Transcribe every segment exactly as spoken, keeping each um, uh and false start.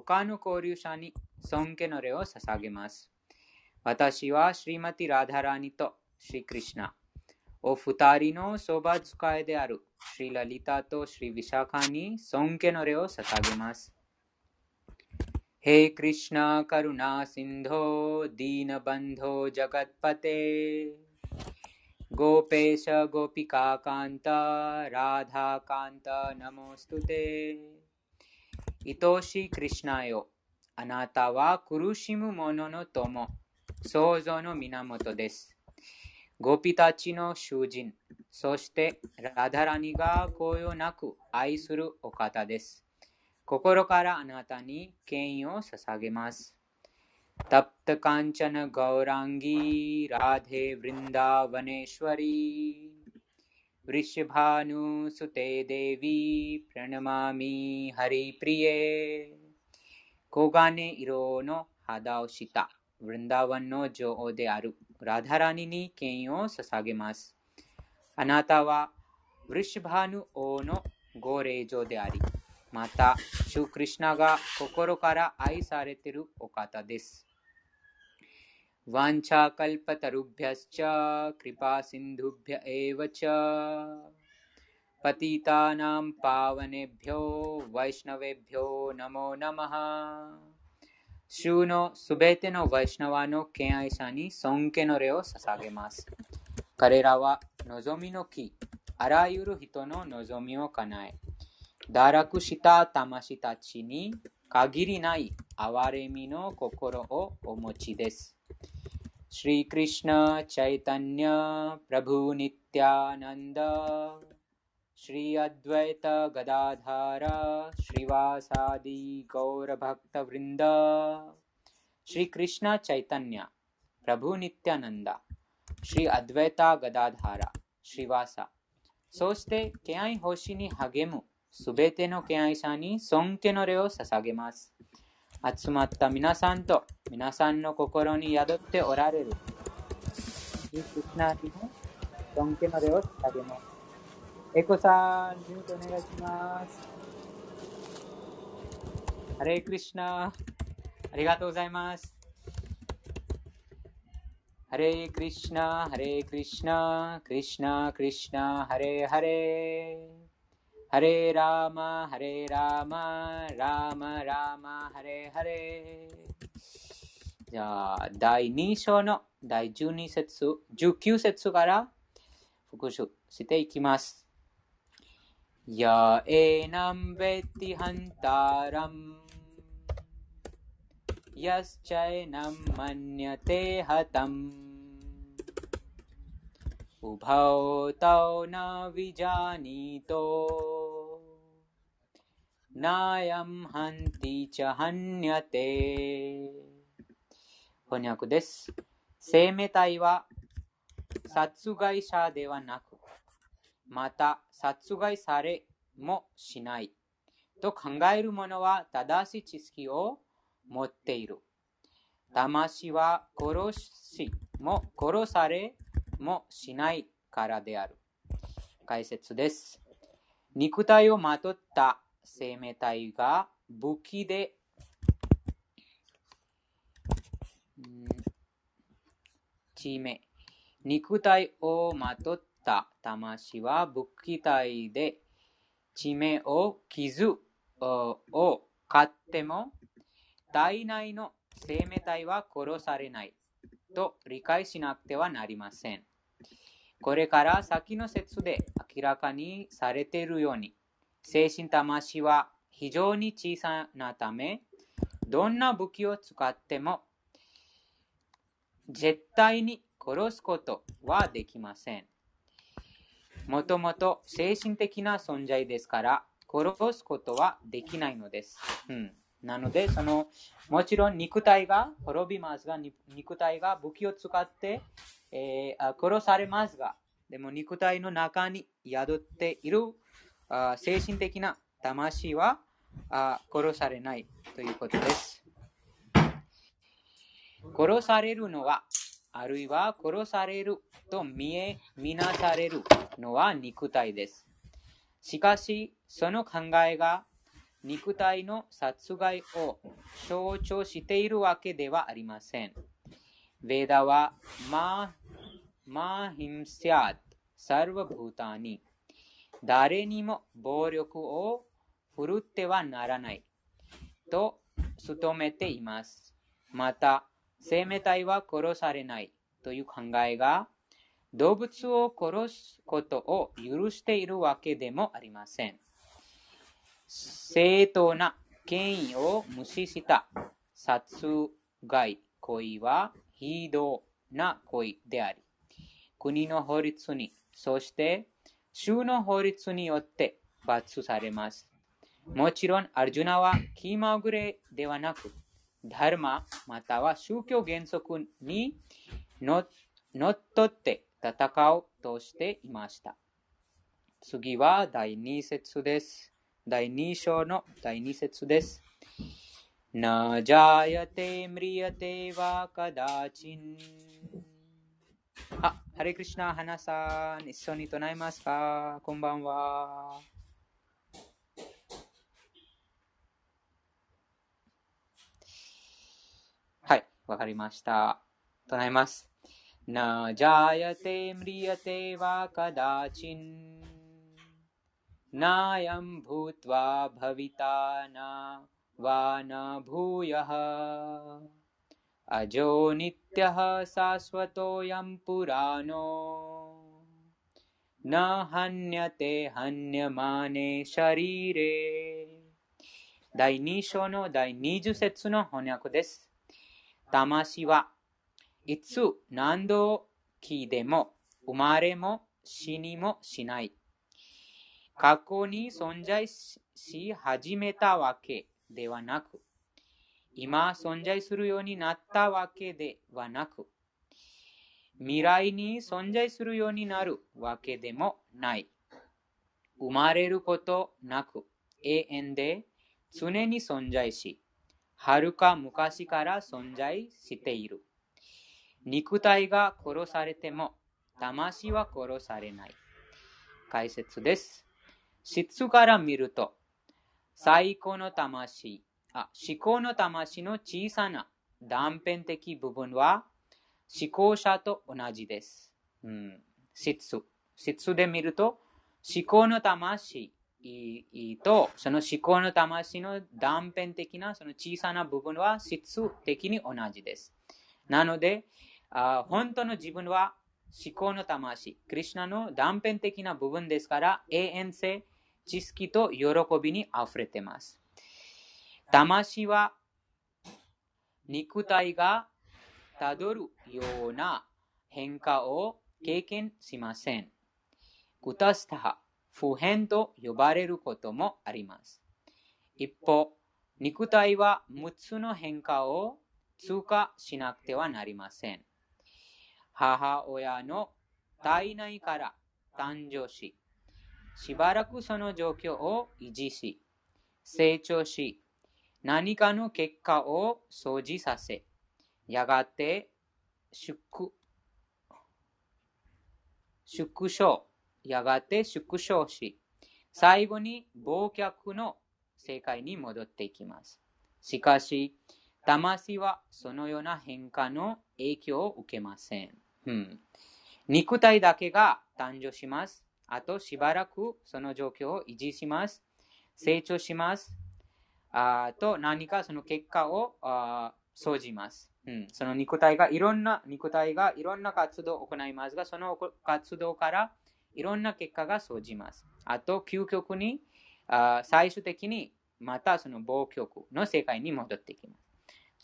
他の交流者に尊敬の礼を捧げます。私はシリマティ・ラダラニとシリ・クリシナ、お二人のそば使いであるシリ・ラリタとシリ・ヴィシャカに尊敬の礼を捧げます。हे कृष्णा करुणा सिंधो दीन बंधो जगतपते गोपेश गोपिका कांता राधा कांता नमोस्तुते इतोषि कृष्णायोあなたは苦しむ者の友、創造の源です。ゴピたちの囚人、そしてラダラニがこよなく愛するお方です。心からあなたに敬意を捧げます。タプタカンチャナガウランギラデヴリンダヴァネシュワリヴリシバヌステデビプラナマミハリプリエ黄金色の肌をしたヴリンダヴァンの女王であるラダラニに敬意を捧げます。あなたはヴリシバヌ王のご令嬢であり、また、シュクリシナが心から愛されているお方です。ワンチャカルパタルビャスチャ、クリパシンドゥビャエヴァチャ、パティタナムパワネビョ、ワイシナヴェビョ、ナモナマハ。シュのすべてのワイシナワの敬愛者に尊敬の礼を捧げます。彼らは望みの木、あらゆる人の望みを叶え、堕落した魂たちに限りない憐れみの心をお持ちです。シリクリシナ・チャイタニャ・プラブ・ニティアナンダ、シリアドゥエタ・ガダダラ、シリワサディ・ゴーラ・バクタ・ヴリンダ、シリクリシナ・チャイタニャ・プラブ・ニティアナンダ、シリアドゥエタ・ガダダラ、シリワサ、そして敬愛奉仕に励むすべての敬愛者に尊敬の礼を捧げます。集まった皆さんと皆さんの心に宿っておられるシリクリシナにも尊敬の礼を捧げます。エコさん、ミュートお願いします。ハレークリシナ、ありがとうございます。ハレークリシナ、ハレークリシナ、クリシナ、クリシナ、ハレーハレー。ハレラーマ、ハレラーマ、ラーマ、ラーマ、ハレハレ。じゃあ、だいに章のだいじゅうに節、じゅうきゅう節から復習していきます。やえなんべティハンタラム、やすちゃえなんまんやてはたん、うばおたおなびじゃにと、ナヤムハンティチャハンニャテ。翻訳です。生命体は殺害者ではなく、また殺害されもしないと考える者は正しい知識を持っている。魂は殺しも殺されもしないからである。解説です。肉体をまとった生命体が武器で、地名。肉体をまとった魂は武器体で地名を傷を飼っても体内の生命体は殺されないと理解しなくてはなりません。これから先の説で明らかにされているように、精神魂は非常に小さなため、どんな武器を使っても絶対に殺すことはできません。もともと精神的な存在ですから、殺すことはできないのです。うん、なので、そのもちろん肉体が滅びますが、肉体が武器を使って、えー、殺されますが、でも肉体の中に宿っているあ精神的な魂はあ殺されないということです。殺されるのは、あるいは殺されると見え、見なされるのは肉体です。しかし、その考えが肉体の殺害を象徴しているわけではありません。ヴェダはマーヒンシャッサルヴァブータニ、誰にも暴力を振るってはならないと努めています。また、生命体は殺されないという考えが動物を殺すことを許しているわけでもありません。正当な権威を無視した殺害行為は非道な行為であり、国の法律に、そして州の法律によって罰されます。もちろん、アルジュナは気まぐれではなく、ダルマまたは宗教原則にのっとって戦うとしていました。次はだいに節です。だいに章のだいに節です。なジャヤテムリヤテワカダチン。あ、ハレクリシナ、花さん、一緒に唱えますか？こんばんは。はい、わかりました。唱えます。なジャヤテムリヤテワカダチン。ナヤンブートワバビタナワナブーヤハアジョニティハサスワトヤンプラノナハニャテハニャマネシャリレ。だいに章のだいにじゅう節の翻訳です。魂はいつ何時でも生まれも死にもしない。過去に存在し始めたわけではなく、今存在するようになったわけではなく、未来に存在するようになるわけでもない。生まれることなく、永遠で常に存在し、はるか昔から存在している。肉体が殺されても、魂は殺されない。解説です。質から見ると、最高の魂、あ、思考の魂の小さな断片的部分は思考者と同じです。うん、質。質で見ると、思考の魂とその思考の魂の断片的なその小さな部分は質的に同じです。なので、あ本当の自分は思考の魂、クリシュナの断片的な部分ですから、永遠性、知識と喜びにあふれています。魂は肉体がたどるような変化を経験しません。クタスタハ、不変と呼ばれることもあります。一方、肉体はむっつの変化を通過しなくてはなりません。母親の体内から誕生し、しばらくその状況を維持し、成長し、何かの結果を生じさせ、やがて縮小、やがて縮小し、最後に忘却の世界に戻っていきます。しかし、魂はそのような変化の影響を受けません。うん、肉体だけが誕生します。あとしばらくその状況を維持します。成長します。あと何かその結果を生じます、うん。その肉体がいろんな肉体がいろんな活動を行いますが、その活動からいろんな結果が生じます。あと究極にあ最終的にまたその忘却の世界に戻ってきます。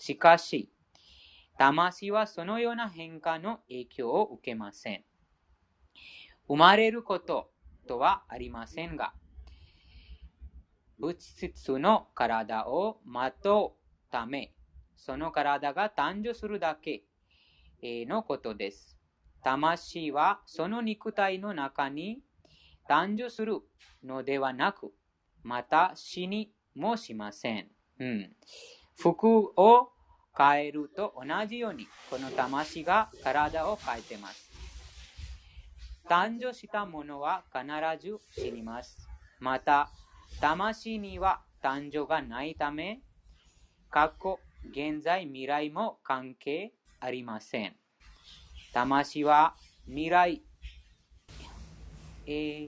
しかし、魂はそのような変化の影響を受けません。生まれることとはありませんが、物質の体をまとうため、その体が誕生するだけのことです。魂はその肉体の中に誕生するのではなく、また死にもしません。うん、服を変えると同じように、この魂が体を変えています。誕生したものは必ず死にます。また、魂には誕生がないため、過去、現在、未来も関係ありません。魂は未来、えー、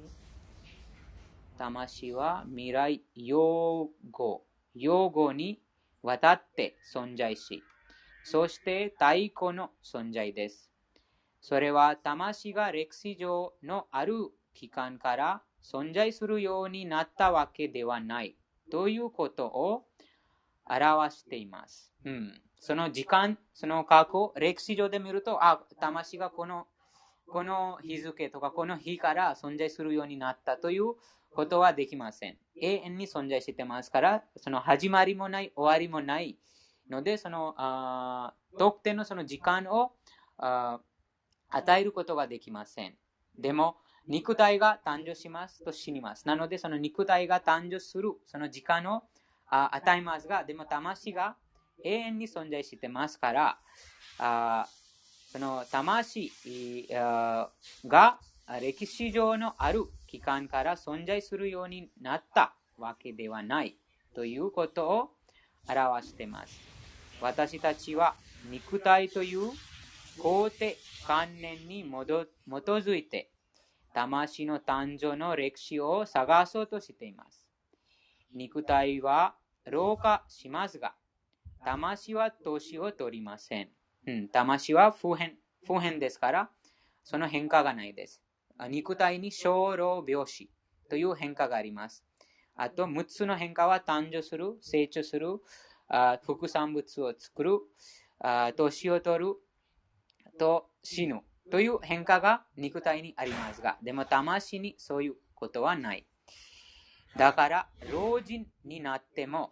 魂は未来用語、用語にわたって存在し、そして太古の存在です。それは魂が歴史上のある期間から存在するようになったわけではないということを表しています。うん、その時間、その過去、歴史上で見ると、あ、魂がこの、この日付とかこの日から存在するようになったということはできません。永遠に存在してますから、その始まりもない、終わりもないので、そのあ特定のその時間をあ与えることができません。でも、肉体が誕生しますと死にます。なので、その肉体が誕生する、その時間を与えますが、でも魂が永遠に存在してますから、あその魂が歴史上のある期間から存在するようになったわけではないということを表しています。私たちは肉体という肯定観念に基づいて魂の誕生の歴史を探そうとしています。肉体は老化しますが、魂は年を取りません。うん、魂は不変、不変ですから、その変化がないです。肉体に生老病死という変化があります。あと、むっつの変化は誕生する、成長する、あ副産物を作る、あ年を取る、と死ぬという変化が肉体にありますが、でも魂にそういうことはない。だから、老人になっても、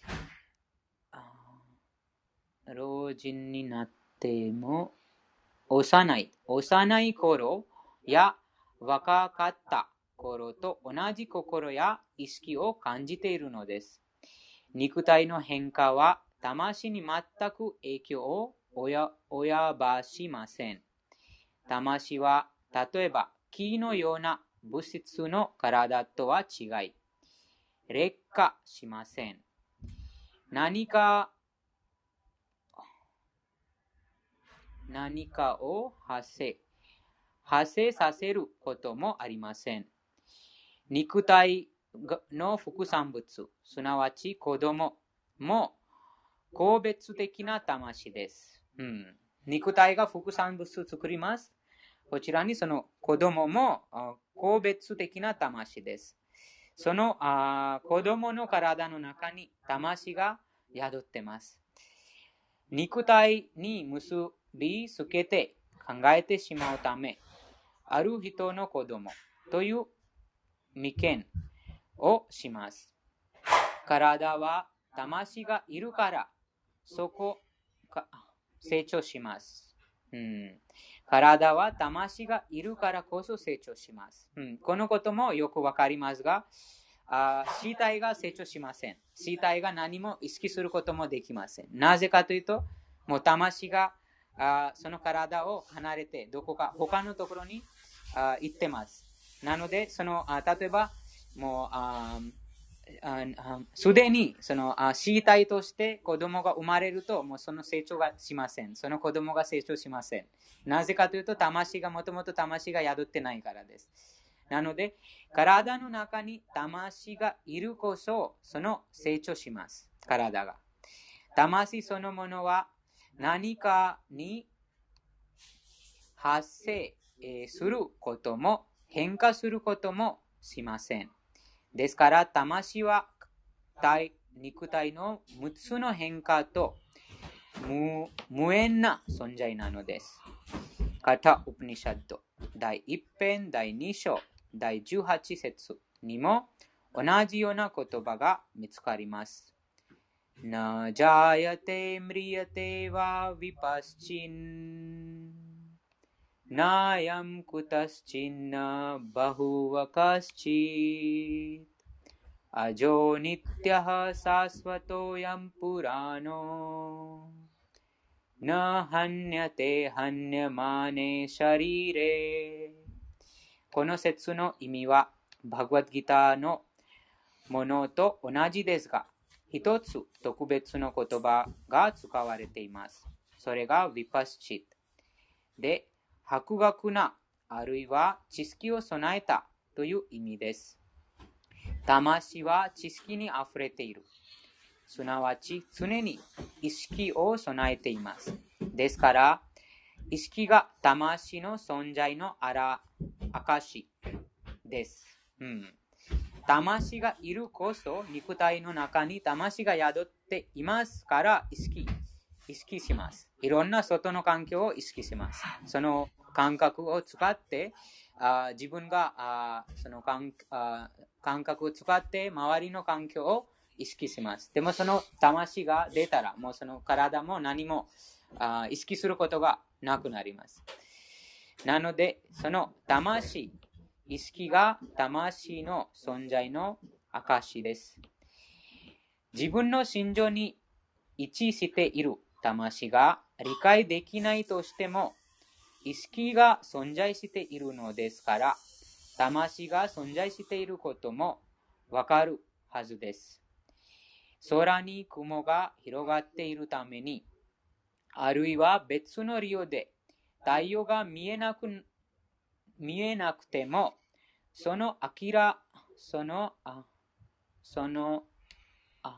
老人になっても、幼い、幼い頃や若かった頃と同じ心や意識を感じているのです。肉体の変化は魂に全く影響を及ばしません。魂は例えば木のような物質の体とは違い、劣化しません。何か何かを発生、発生させることもありません。肉体の副産物、すなわち子供も個別的な魂です。うん、肉体が副産物を作ります。こちらにその子供も個別的な魂です。そのあ子供の体の中に魂が宿っています。肉体に結びつけて考えてしまうため、ある人の子供という未見をします。体は魂がいるから、そこか成長します。うん、体は魂がいるからこそ成長します。うん、このこともよくわかりますが、あ身体が成長しません。身体が何も意識することもできません。なぜかというと、もう魂があその体を離れてどこか他のところにあ行ってます。なので、そのあ例えば、もうあすでにその身体として子供が生まれると、もうその成長がしません。その子供が成長しません。なぜかというと、魂がもともと魂が宿ってないからです。なので、体の中に魂がいるこそ、その成長します。体が。魂そのものは何かに発生することも変化することもしません。ですから、魂は肉体のむっつの変化と 無, 無縁な存在なのです。カタウプニシャッドだいいち編だいに章だいじゅうはち節にも同じような言葉が見つかります。なジャヤテムリヤテワヴィパスチンナヤムクタスチンナバフワカスチアジョニティハサスワトヤンプラノナハンニャテハンニャマネシャリレ。この説の意味はバグワッドギターのものと同じですが、一つ特別の言葉が使われています。それがヴィパッチッで、博学な、あるいは知識を備えたという意味です。魂は知識にあふれている。すなわち常に意識を備えています。ですから、意識が魂の存在のあら証です。うん。魂がいるこそ、肉体の中に魂が宿っていますから意識、意識します。いろんな外の環境を意識します。その感覚を使って、あ自分があその感あ感覚を使って周りの環境を意識します。でもその魂が出たら、もうその体も何もあ意識することがなくなります。なので、その魂、意識が魂の存在の証です。自分の心情に一致している魂が理解できないとしても、意識が存在しているのですから、魂が存在していることもわかるはずです。空に雲が広がっているために、あるいは別の理由で太陽が見えなく、見えなくても、その明ら、その、あその、あ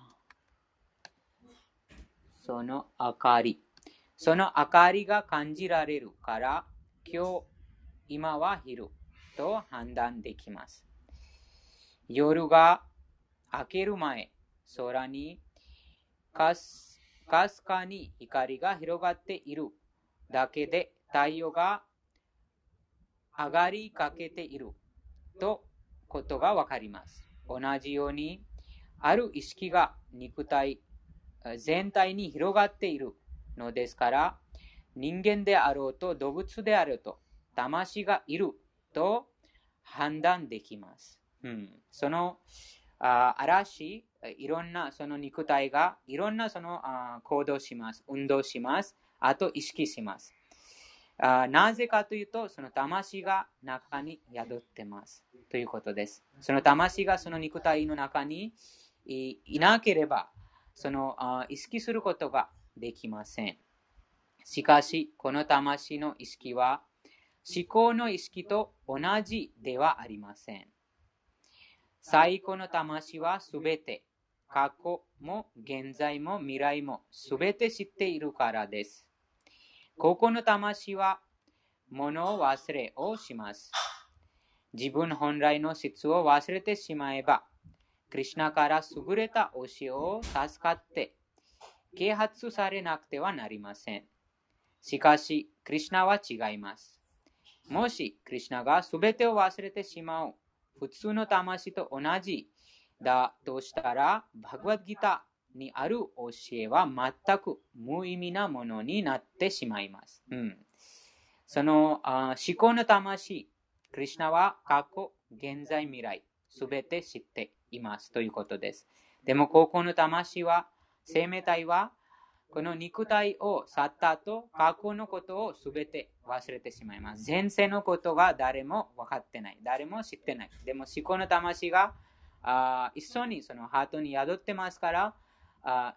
その明かり、その明かりが感じられるから、今日、今は昼と判断できます。夜が明ける前、空にかすかすかに光が広がっているだけで太陽が上がりかけているとことがわかります。同じように、ある意識が肉体全体に広がっているのですから、人間であろうと動物であろうと魂がいると判断できます。うん、そのあ嵐、いろんなその肉体がいろんなそのあ行動します、運動します、あと意識します。あなぜかというと、その魂が中に宿ってますということです。その魂がその肉体の中に い, いなければ、そのあ意識することができません。しかし、この魂の意識は思考の意識と同じではありません。最高の魂はすべて、過去も現在も未来もすべて知っているからです。ここの魂は物を忘れをします。自分本来の質を忘れてしまえば、クリシュナから優れた教えを授かって啓発されなくてはなりません。しかし、クリシュナは違います。もし、クリシュナがすべてを忘れてしまう普通の魂と同じだとしたら、バグワッドギターにある教えは全く無意味なものになってしまいます。うん、そのあ思考の魂、クリシュナは過去、現在、未来、すべて知っていますということです。でも、ここの魂は、生命体は、この肉体を去った後、過去のことをすべて忘れてしまいます。前世のことが誰も分かってない。誰も知ってない。でも、思考の魂があ一緒にそのハートに宿ってますから、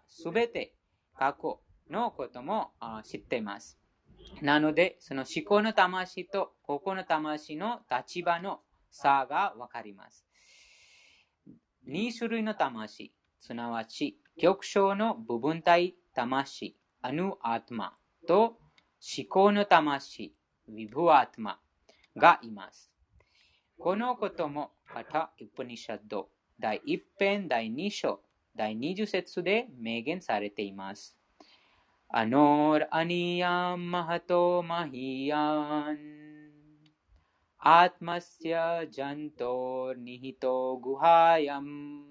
すべて過去のことも知っています。なので、その思考の魂とここの魂の立場の差が分かります。に種類の魂、すなわち、極小の部分体魂、アヌアートマと思考の魂、ヴィブアートマがいます。このことも、カタ・ウパニシャッドだいいち編だいに章だいにじゅう節で明言されています。アノーアニヤンマハトマヒヤンアートマスヤジャントニヒトグハヤン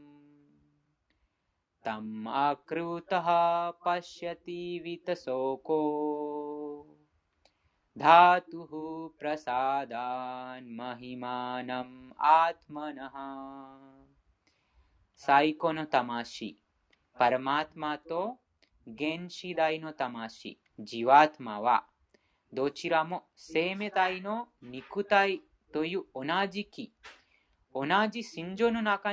タムアクルタハパシャティヴィタソコダトゥフプラサダンマヒマナムアートマナハ。最高の魂、パラマートマと原始大の魂、ジワートマは、どちらも生命体の肉体という同じ木、同じ心情の中に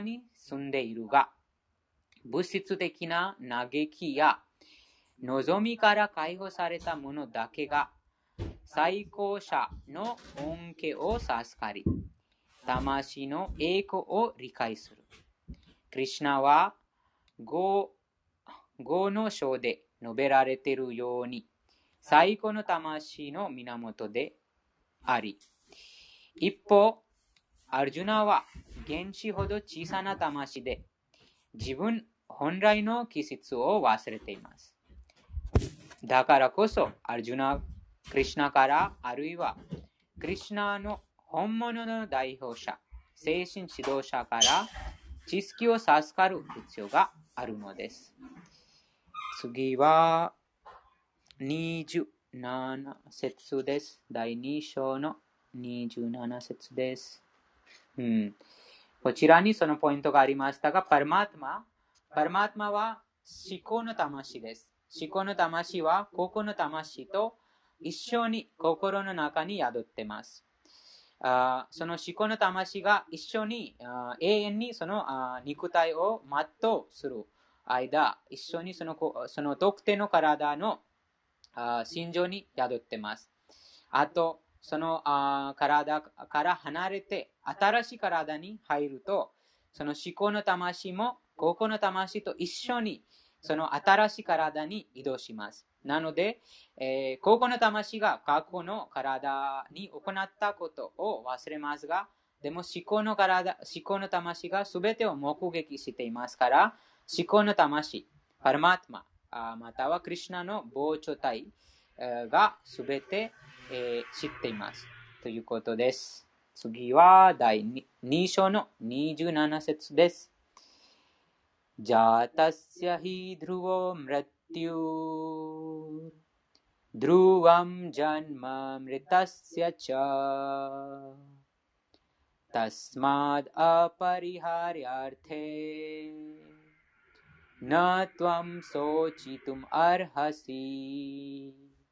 住んでいるが、物質的な嘆きや望みから解放されたものだけが最高者の恩恵を授かり、魂の栄光を理解する。クリシュナは語の章で述べられているように、最高の魂の源であり、一方、アルジュナは原子ほど小さな魂で、自分本来の気質を忘れています。だからこそ、アルジュナ、クリシュナから、あるいはクリシュナの本物の代表者、精神指導者から知識を授かる必要があるのです。次はにじゅうなな節です。だいに章のにじゅうなな節です。うん、こちらにそのポイントがありましたが、パラマトマ、パラマトマは思考の魂です。思考の魂は心の魂と一緒に心の中に宿っています。あその思考の魂が一緒にあ永遠にそのあ肉体を全うする間、一緒にそのその特定の体のあ心情に宿っています。あと、そのあ体から離れて新しい体に入ると、その思考の魂も心の魂と一緒にその新しい体に移動します。なので、えー、心の魂が過去の体に行ったことを忘れますが、でも思考の体、思考の魂が全てを目撃していますから、思考の魂、パラマトマ、またはクリシュナの膨張体が全て、えー、知っています。ということです。次はだいに章のにじゅうなな節です。ジャタスヤヒドゥロムラティュドゥワムジャンマムリタスヤチャタスマドアパリハリアルテナトワムソチトゥムアルハシ。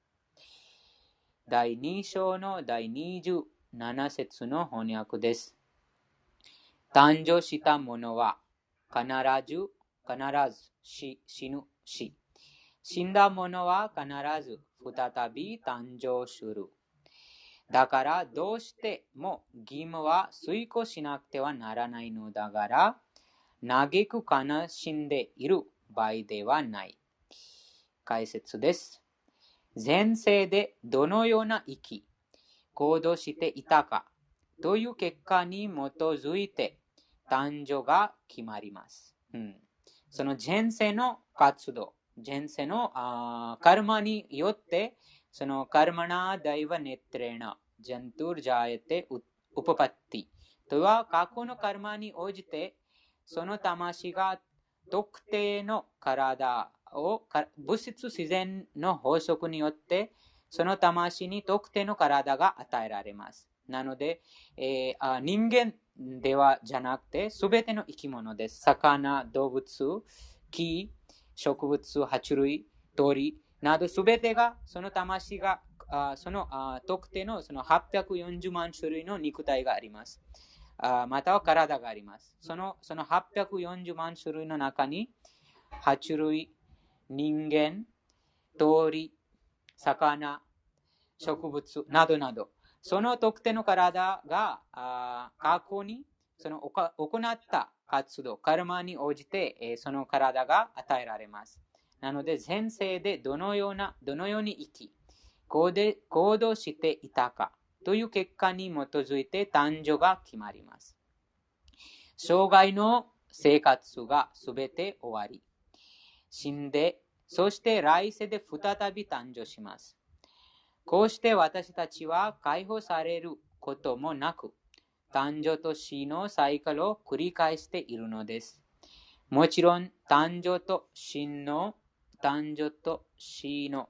だいに章のだいにじゅうなな節の翻訳です。誕生した者は必ず必ず死死ぬし、死んだ者は必ず再び誕生する。だからどうしても義務は遂行しなくてはならないのだから、嘆く悲しんでいる場合ではない。解説です。前世でどのような生き、行動していたかという結果に基づいて誕生が決まります。うん、その前世の活動、前世のカルマによって、そのカルマナダイバネトレナ、ジャントゥルジャエテウパパッティとは過去のカルマに応じて、その魂が特定の体を物質自然の法則によってその魂に特定の体が与えられます。なので、えー、人間ではじゃなくてすべての生き物です。魚、動物、木、植物、爬虫類、鳥などすべてがその魂があそのあ特定のそのはっぴゃくよんじゅうまん種類の肉体があります。あまたは体があります。そのそのはっぴゃくよんじゅうまん種類の中に爬虫類、人間、鳥、魚、植物などなど、その特定の体があ過去にその行った活動、カルマに応じて、えー、その体が与えられます。なので、前世でどのような、どのように生き、行で行動していたかという結果に基づいて誕生が決まります。生涯の生活がすべて終わり、死んで、そして来世で再び誕生します。こうして私たちは解放されることもなく、誕生と死のサイクルを繰り返しているのです。もちろん、誕生と死の、誕生と死の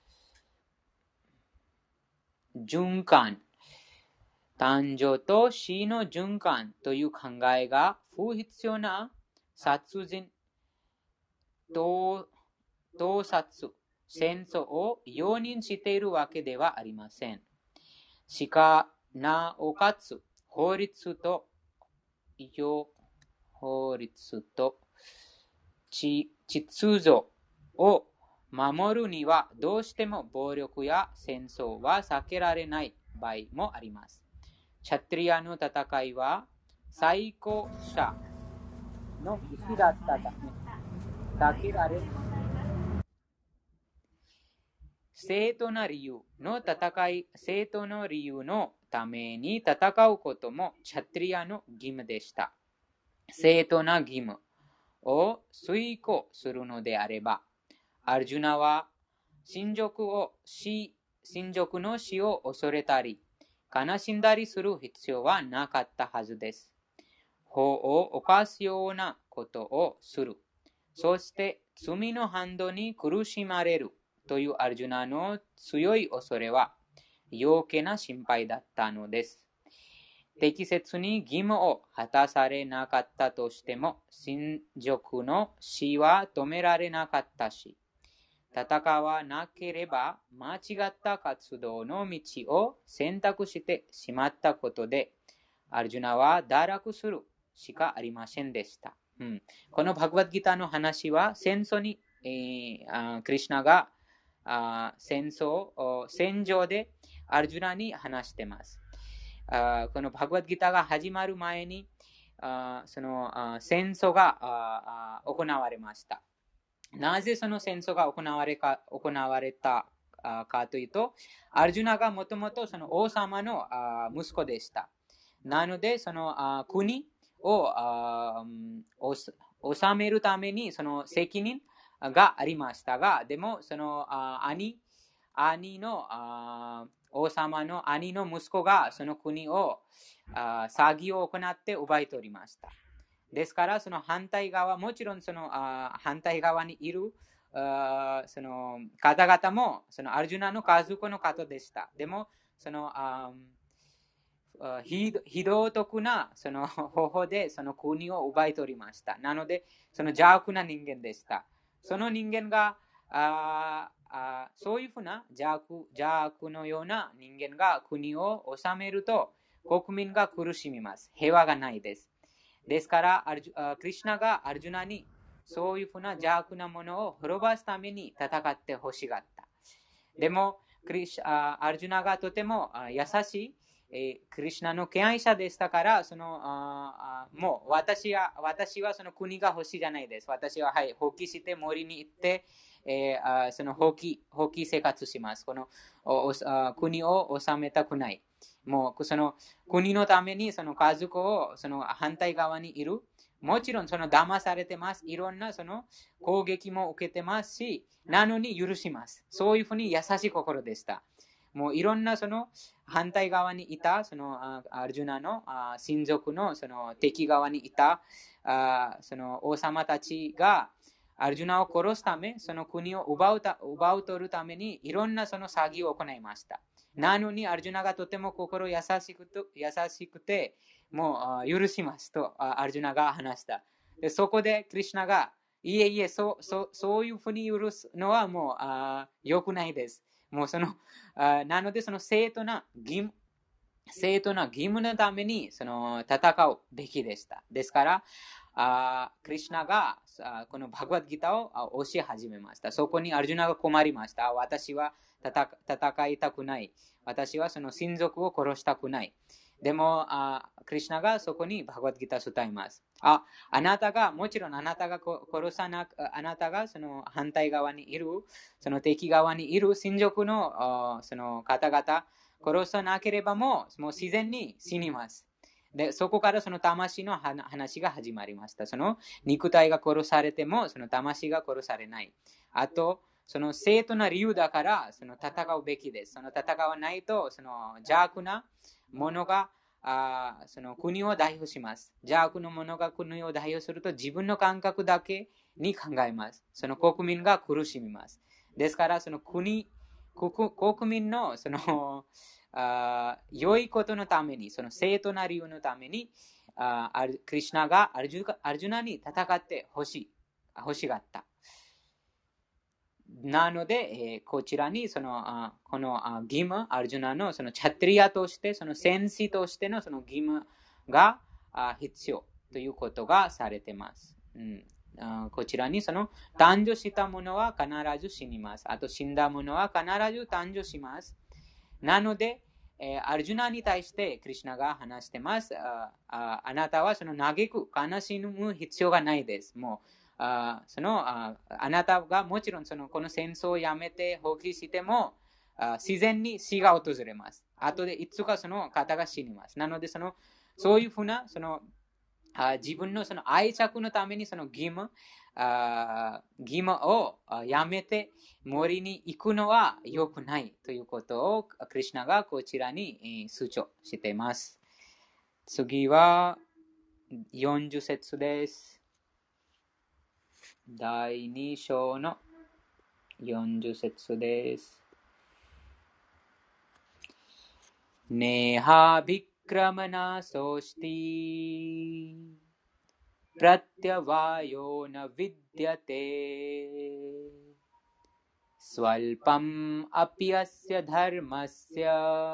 循環、誕生と死の循環という考えが不必要な殺人、盗撮、戦争を容認しているわけではありません。しかなおかつ法律と法律と秩序を守るにはどうしても暴力や戦争は避けられない場合もあります。チャトリアの戦いは最高者の意思だったため避けられない。正当な理由の戦い、正当な理由のために戦うこともチャトリアの義務でした。正当な義務を遂行するのであれば、アルジュナは親族を死、親族の死を恐れたり、悲しんだりする必要はなかったはずです。法を犯すようなことをする。そして罪の反動に苦しまれるというアルジュナの強い恐れは余計な心配だったのです。適切に義務を果たされなかったとしても、親族の死は止められなかったし、戦わなければ間違った活動の道を選択してしまったことで、アルジュナは堕落するしかありませんでした。うん、このバグワッドギターの話は戦争に、えー、クリシュナがあ戦争、戦場でアルジュナに話しています。あこのバグワッドギターが始まる前に、あそのあ戦争があ行われました。なぜその戦争が行われか行われたかというと、アルジュナがもともとその王様の息子でした。なので、その国を治めるためにその責任がありましたが、でもその兄、兄の王様の兄の息子がその国を詐欺を行って奪い取りました。ですから、その反対側、もちろんその反対側にいるその方々もそのアルジュナの家族の方でした。でも、その非道徳なその方法でその国を奪い取りました。なので、その邪悪な人間でした。その人間がああそういうふうな邪悪、邪悪のような人間が国を治めると国民が苦しみます。平和がないです。ですから、クリシュナがアルジュナにそういうふうな邪悪なものを滅ばすために戦ってほしがった。でも、クリシアルジュナがとても優しい、えー、クリシュナの敬愛者でしたから、そのあもう私は私はその国が欲しいじゃないです。私は、はい、放棄して森に行って、えー、あその放棄、放棄生活します。このおあ国を治めたくない。もうその国のためにその家族をその反対側にいる。もちろんその騙されてます。いろんなその攻撃も受けてますし、なのに許します。そういうふうに優しい心でした。もういろんなその反対側にいたそのアルジュナの親族のその敵側にいたその王様たちがアルジュナを殺すため、その国を奪うた奪う取るためにいろんなその詐欺を行いました。なのにアルジュナがとても心優しくて、優しくてもう許しますとアルジュナが話した。でそこでクリシュナがいえいえそう、そう、そういうふうに許すのはもう良くないです。もうそのあなのでその正当な義務、正当な義務のためにその戦うべきでした。ですから、あクリシュナがあこのバグワッドギターを教え始めました。そこにアルジュナが困りました。私は戦いたくない。私はその親族を殺したくない。でも、あクリシュナがそこにバグワッドギターを伝えます。あ、あなたが、もちろんあなたが殺さなく、あなたがその反対側にいる、その敵側にいる親族のその方々、殺さなければもう、もう自然に死にます。で、そこからその魂の話が始まりました。その肉体が殺されても、その魂が殺されない。あと、その正当な理由だから、その戦うべきです。その戦わないと、その邪悪なものがあその国を代表します。邪悪のものが国を代表すると、自分の感覚だけに考えます。その国民が苦しみます。ですから、その国、国民のそのあ良いことのために、その正当な理由のために、あクリシュナがアルジュアルジュナに戦ってほしい、欲しがった。なので、えー、こちらにそのあこのあ義務、アルジュナのそのチャトリアとして、その戦士としてのその義務があ必要ということがされています。うん、あこちらにその誕生したものは必ず死にます。あと死んだものは必ず誕生します。なので、えー、アルジュナに対してクリシュナが話してます。あああなたはその嘆く、悲しむ必要がないです。もうあそのああなたがもちろんそのこの戦争をやめて放棄してもあ自然に死が訪れます。後でいつかその方が死にます。なのでそのそういうふうなそのあ自分のその愛着のためにその義務あ義務をやめて森に行くのは良くないということをクリシュナがこちらに主張しています。次はよんじゅう節です。だいに章のよんじゅう節です。ネハビクラマナソシティプラティワヨナヴィディアテスワルパムアピアスヤダルマスヤ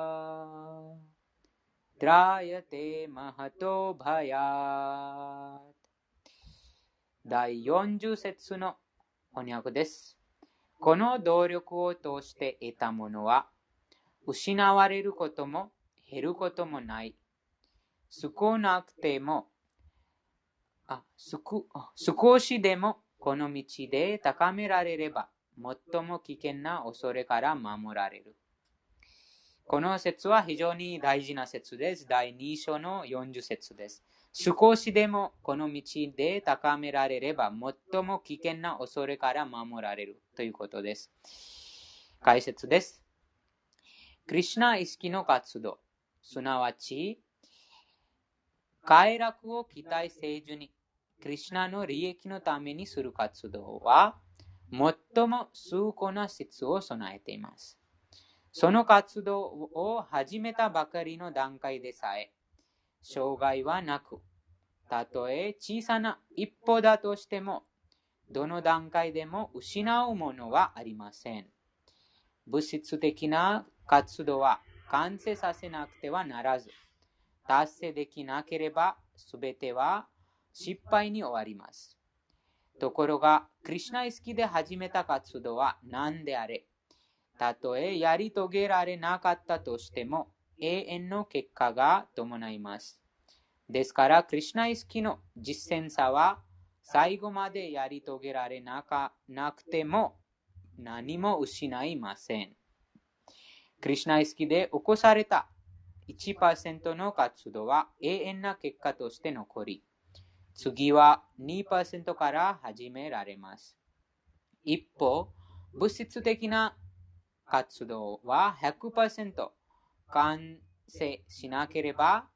トラヤテマハトバヤだいよんじゅう節の翻訳です。この努力を通して得たものは失われることも減ることもない。少なくてもあ少しでもこの道で高められれば最も危険な恐れから守られる。この説は非常に大事な説です。だいに章のよんじゅう節です。少しでもこの道で高められれば最も危険な恐れから守られるということです。解説です。クリシュナ意識の活動、すなわち快楽を期待せずにクリシュナの利益のためにする活動は最も崇高な質を備えています。その活動を始めたばかりの段階でさえ障害はなく、たとえ小さな一歩だとしても、どの段階でも失うものはありません。物質的な活動は完成させなくてはならず、達成できなければすべては失敗に終わります。ところが、クリシュナ意識で始めた活動は何であれ、たとえやり遂げられなかったとしても、永遠の結果が伴います。ですから、クリシュナ意識の実践さは、最後までやり遂げられなかなくても何も失いません。クリシュナ意識で起こされた いちパーセント の活動は永遠な結果として残り、次は にパーセント から始められます。一方、物質的な活動は ひゃくパーセント 完成しなければ、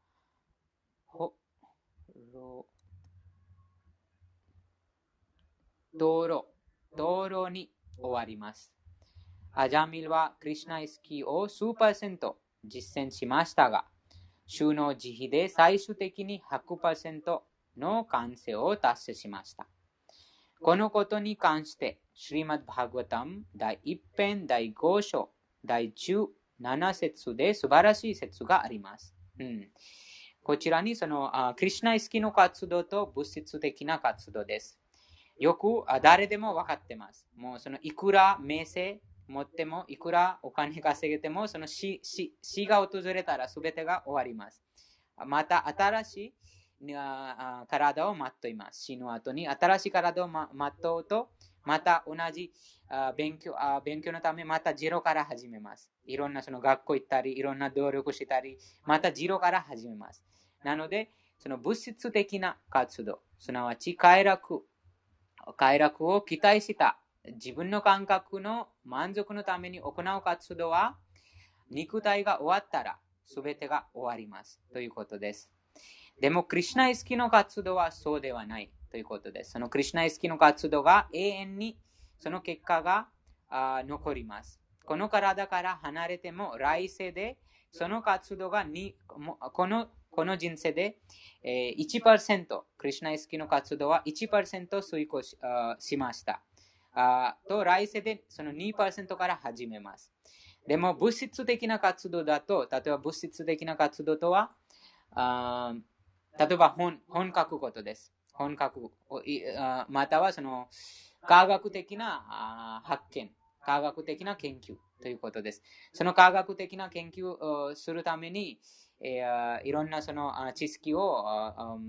道路、道路に終わります。アジャミルはクリシュナ意識を数パーセント実践しましたが、主の慈悲で最終的に ひゃくパーセント の完成を達成しました。このことに関して、シュリマッド・バーガヴァタムだいいち編だいご章だいじゅうなな節で素晴らしい説があります。うん、こちらにそのクリシュナ意識の活動と物質的な活動です。よく誰でも分かってます。もうそのいくら名声持っても、いくらお金稼げても、その 死, 死, 死が訪れたら全てが終わります。また新しい体を待っています。死の後に新しい体を待とうと、また同じ勉強、勉強のためまたゼロから始めます。いろんなその学校行ったり、いろんな努力したり、またゼロから始めます。なので、その物質的な活動、すなわち快楽、快楽を期待した自分の感覚の満足のために行う活動は、肉体が終わったら全てが終わりますということです。でも、クリシュナ意識の活動はそうではないということです。そのクリシュナ意識の活動が永遠にその結果が残ります。この体から離れても来世でその活動がにこのこの人生で いちパーセント、クリシュナ意識の活動は いちパーセント 遂行 し, しました。あと来世でその にパーセント から始めます。でも物質的な活動だと、例えば物質的な活動とは、あ例えば本、本書くことです。本書く。またはその科学的な発見、科学的な研究ということです。その科学的な研究をするために、えー、いろんなその知識を、うん、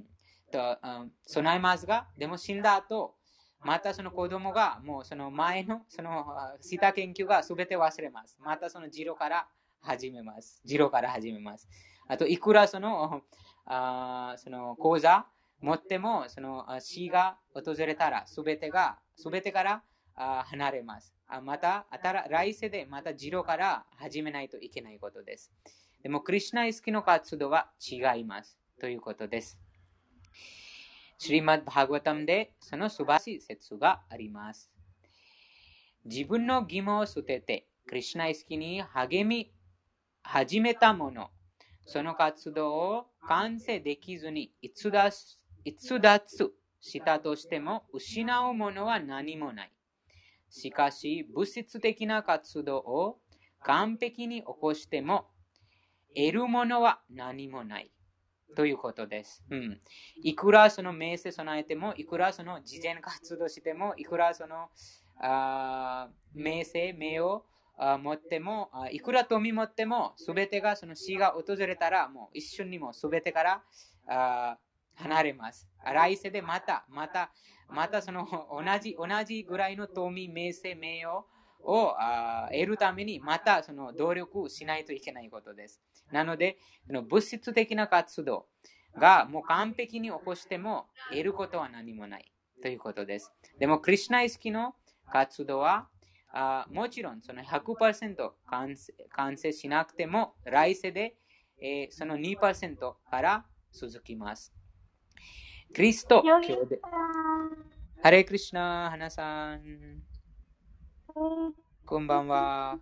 と備えますが、でも死んだ後、またその子供がもうその前のそのした研究が全て忘れます。またそのゼロから始めます。ゼロから始めます。あと、いくらその、あその講座持っても、その死が訪れたら、すべてが、すべてからあ離れます。あまた、来世でまたゼロから始めないといけないことです。でも、クリシュナ意識の活動は違います。ということです。シリマッド・バーガワタムでその素晴らしい説があります。自分の疑問を捨てて、クリシュナ意識に励み始めたもの、その活動を完成できずに逸脱したとしても失うものは何もない。しかし、物質的な活動を完璧に起こしても得るものは何もない。ということです。うん、いくらその名声備えても、いくらその慈善活動しても、いくらそのあ名声、名誉持っても、いくら富持っても、すべてがその死が訪れたら、もう一瞬にもすべてからあ離れます。来世でまた、また、またその同じ、同じぐらいの富、名声、名誉を得るために、またその努力しないといけないことです。なので、物質的な活動がもう完璧に起こしても得ることは何もないということです。でも、クリシュナ意識の活動はあもちろんその ひゃくパーセント 完成、完成しなくても来世で、えー、その にパーセント から続きます。クリスト教で。ハレクリシュナ、花さん。こんばんは。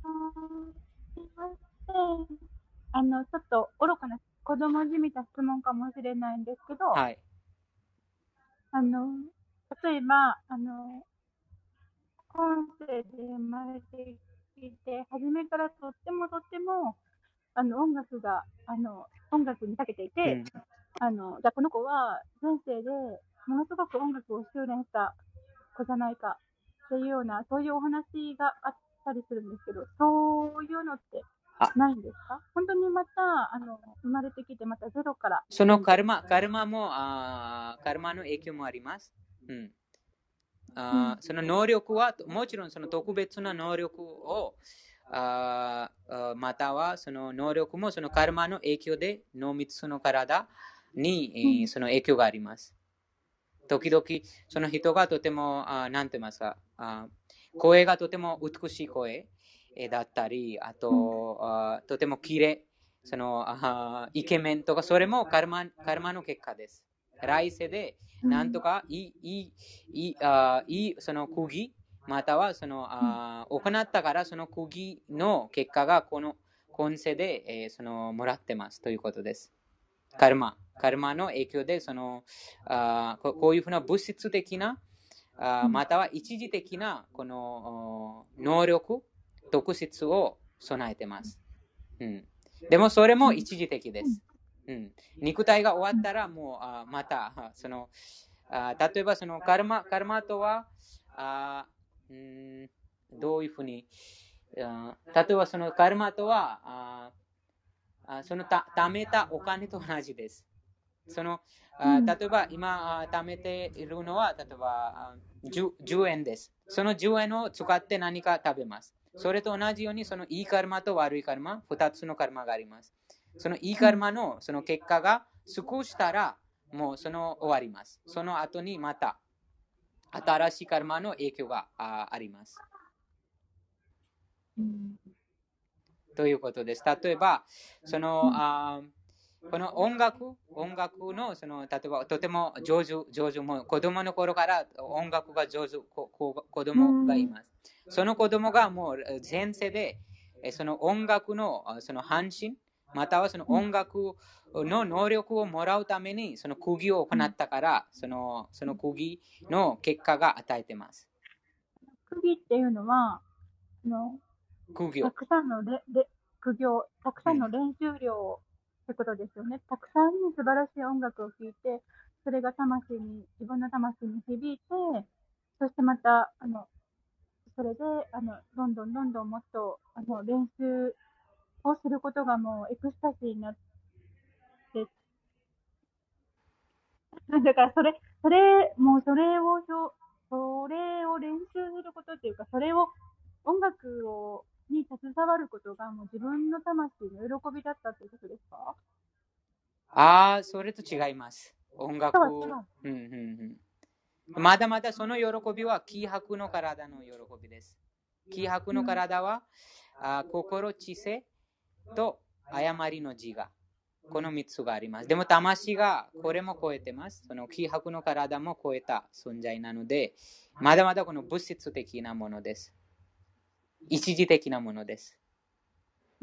あの、ちょっと愚かな子供じみた質問かもしれないんですけど、 はい。 あの、例えば、あの、今世で生まれてきて、初めからとってもとっても、あの、音楽が、あの、音楽に長けていて、うん、あの、じゃあこの子は前世でものすごく音楽を修練した子じゃないかっていうような、そういうお話があったりするんですけど、そういうのってないんですか？本当にまたあの生まれてきてまたゼロから。 そのカルマ、カルマも、あカルマの影響もあります。うん。あその能力は、もちろんその特別な能力を、あまたはその能力もそのカルマの影響で濃密の体に、その影響があります。時々その人がとても、何て言いますか、声がとても美しい声だったり、あと、あとても綺麗、そのイケメンとか、それもカルマ、カルマの結果です。来世でなんとかいい、いい、いい、あいいその区切、またはそのあ行ったからその区切の結果がこの今世で、えー、そのもらってますということです。カルマ。カルマの影響でそのあこういうふうな物質的なあまたは一時的なこの能力、特質を備えてます。うん、でもそれも一時的です。うん、肉体が終わったらもうあまたそのあ例えばそのカルマ、カルマとはあんどういうふうにあ例えばそのカルマとはああそのた貯めたお金と同じです。そのあ例えば今貯めているのは例えば 10, じゅうえんです。そのじゅうえんを使って何か食べます。それと同じようにそのいいカルマと悪いカルマ、ふたつのカルマがあります。そのいいカルマのその結果が少したらもうその終わります。その後にまた新しいカルマの影響が あ, あります。ということです。例えば、そのあこの音楽、音楽のその例えばとても上手、上手も子供の頃から音楽が上手、子供がいます。その子供がもう前世でその音楽のその半身、またはその音楽の能力をもらうためにその釘を行ったから、そのその釘の結果が与えています。 釘っていうのは、の釘たくさんのレレ苦行、たくさんの練習量ってことですよね。たくさん素晴らしい音楽を聴いて、それが魂に、自分の魂に響いて、そしてまた、あの、それで、あの、どんどんどんどんもっと、あの、練習をすることがもうエクスタシーになって、だからそれ、それ、もうそれを、それを練習することっていうか、それを、音楽を、に携わることがもう自分の魂の喜びだったっていうことですか？ ああ、それと違います。音楽、 そうそう。 うんうんうん、まだまだその喜びは気迫の体の喜びです。気迫の体は、うん、あ心、知性と誤りの自我。このみっつがあります。でも魂がこれも超えてます。その気迫の体も超えた存在なので、まだまだこの物質的なものです。一時的なものです。 うん、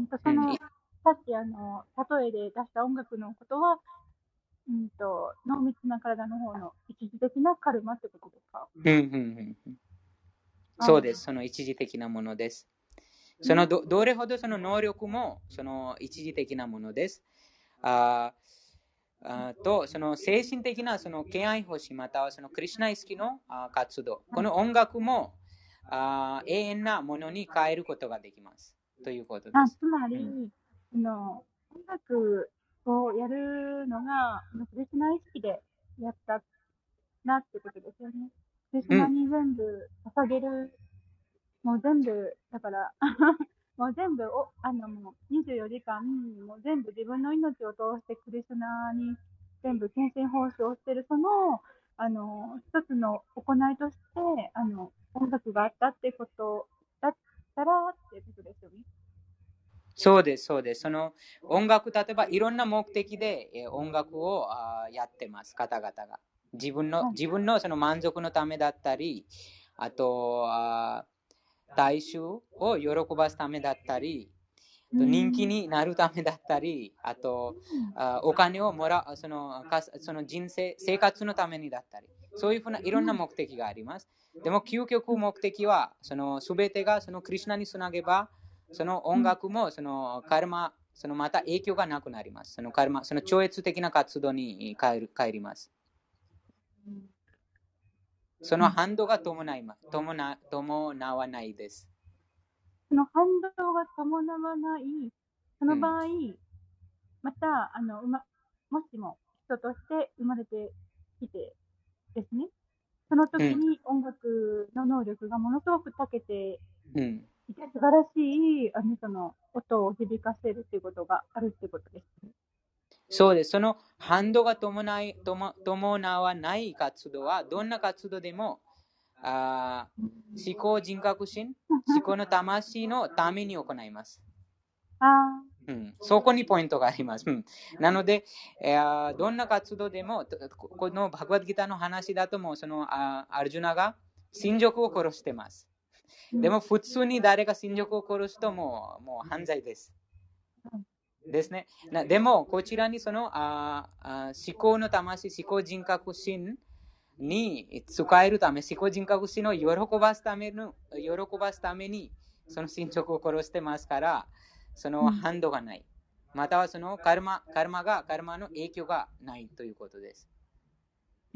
その、さっきあの、例えで出した音楽のことは、うんと、濃密な体の方の一時的なカルマってことですか？ うんうんうん、そうです。その一時的なものです。その ど, どれほどその能力もその一時的なものです。ああと、その精神的なその敬愛欲しまたはそのクリシュナ意識の活動。この音楽もあ永遠なものに変えることができます。ということです。 つまり、うん、の音楽をやるのが、クリシュナ意識でやったなってことですよね。クリシュナに全部捧げる、うん、もう全部、だから、もう全部お、あの、もうにじゅうよじかん、もう全部自分の命を通してクリシュナに全部献身奉仕をしてる、その、あの、一つの行いとして、あの、音楽があったってことだったらっていうことですよね。 そうです、そうです。その音楽、例えばいろんな目的で音楽をやってます、方々が。自分の、自分のその満足のためだったり、あと、あ大衆を喜ばすためだったり、人気になるためだったり、あと、あお金をもらう、その、その人生、生活のためにだったり、そういうふうないろんな目的があります。でも、究極目的は、その全てがそのクリシュナにつなげば、その音楽もそのカルマ、そのまた影響がなくなります。そのカルマ、その超越的な活動に帰る帰ります。その反動が伴います。伴伴わないです。 その反動が伴わない、その場合、うん、また、あの、ま、もしも人として生まれてきてですね、その時に音楽の能力がものすごく長けていて、うん、素晴らしい、あの、その、音を響かせるということがあるってことですね。 そうです。その反動が伴い、伴わない活動は、どんな活動でも、あ思考人格心、思考の魂のために行います。 あうん、そこにポイントがあります。うん、なので、えー、どんな活動でも、このバグワッドギターの話だとも、そのあアルジュナが親族を殺してます。でも、普通に誰が親族を殺すともう、もう犯罪です。ですね。でも、こちらにそのああ思考の魂、思考人格心に使えるため、思考人格心を喜ばすための、喜ばすために、その親族を殺してますから、その反動がない。またはそのカルマ、カルマが、カルマの影響がないということです。うん、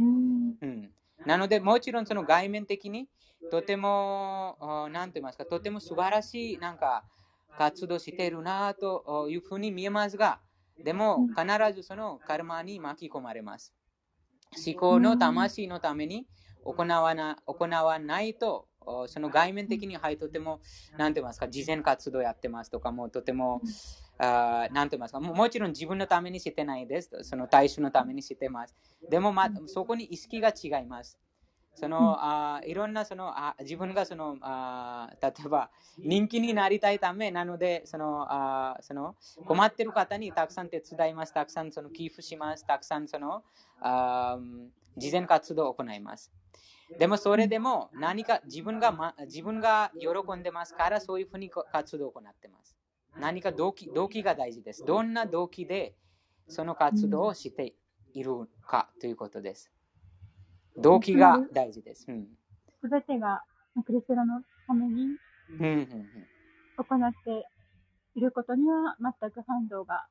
うん、なので、もちろんその外面的に、とても、なんて言いますか、とても素晴らしい、なんか、活動しているなというふうに見えますが、でも、必ずそのカルマに巻き込まれます。思考の魂のために行わな、行わないと、その外面的に、はい、とても、なんて言いますか、慈善活動やってますとか、もうとても、あなんて言いますか、も、もちろん自分のためにしてないです。その大衆のためにしてます。でも、ま、そこに意識が違います。そのあいろんなそのあ自分がそのあ例えば人気になりたいためなのでそのあその困っている方にたくさん手伝います。たくさんその寄付します。たくさんそのあ慈善活動を行います。でもそれでも何か自分が、ま、自分が喜んでますからそういうふうに活動を行っています。何か動機、動機が大事です。どんな動機でその活動をしているかということです。動機が大事です。すべ、うん、てがクリスナのために行っていることには全く反動が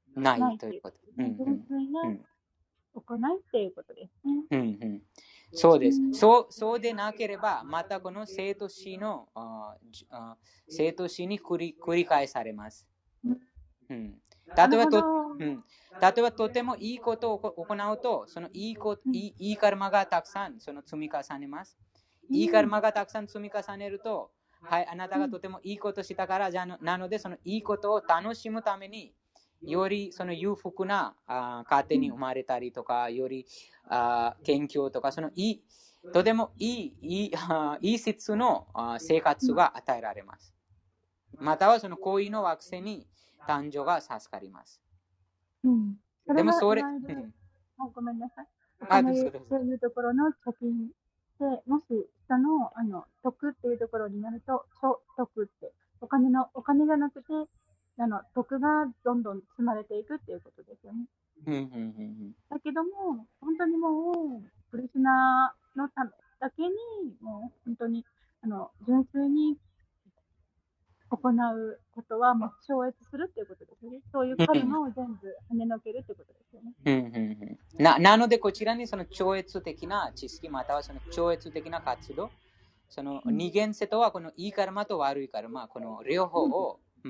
ないということ。 純粋な行いっていうことですね。 うんうん、そうです。そう、そうでなければ、またこの生と死の、ああ生と死に繰り繰り返されます。うん、例えばと、うん、例えばとてもいいことを行うと、そのいいこいいいいカルマがたくさんその積み重ねます。いいカルマがたくさん積み重ねると、はい、あなたがとてもいいことしたから、じゃなのでそのいいことを楽しむために、よりその裕福なあ家庭に生まれたりとか、よりあ研究とか、そのいい、とてもいい、いい、いい質の生活が与えられます。またはその恋の惑星に誕生が授かります。 うん、それでもそれ、 うん、ごめんなさい。おあ、 金どうぞどうぞ。 というところの貯金で、もし下のあの得っていうところになると、所得って、お金のお金じゃなくて、あの得がどんどん積まれていくっていうことですよね。 うんうんうんうん、 だけども、本当にもう、クリスナのためだけに、もう本当にあの純粋に行うことはもう超越するっていうことですよね。そういうカルマを全部跳ねのけるってことですよね。 うんうんうん、な, なので、こちらにその超越的な知識、またはその超越的な活動、その二元性とはこのいいカルマと悪いカルマ、この両方を、うん、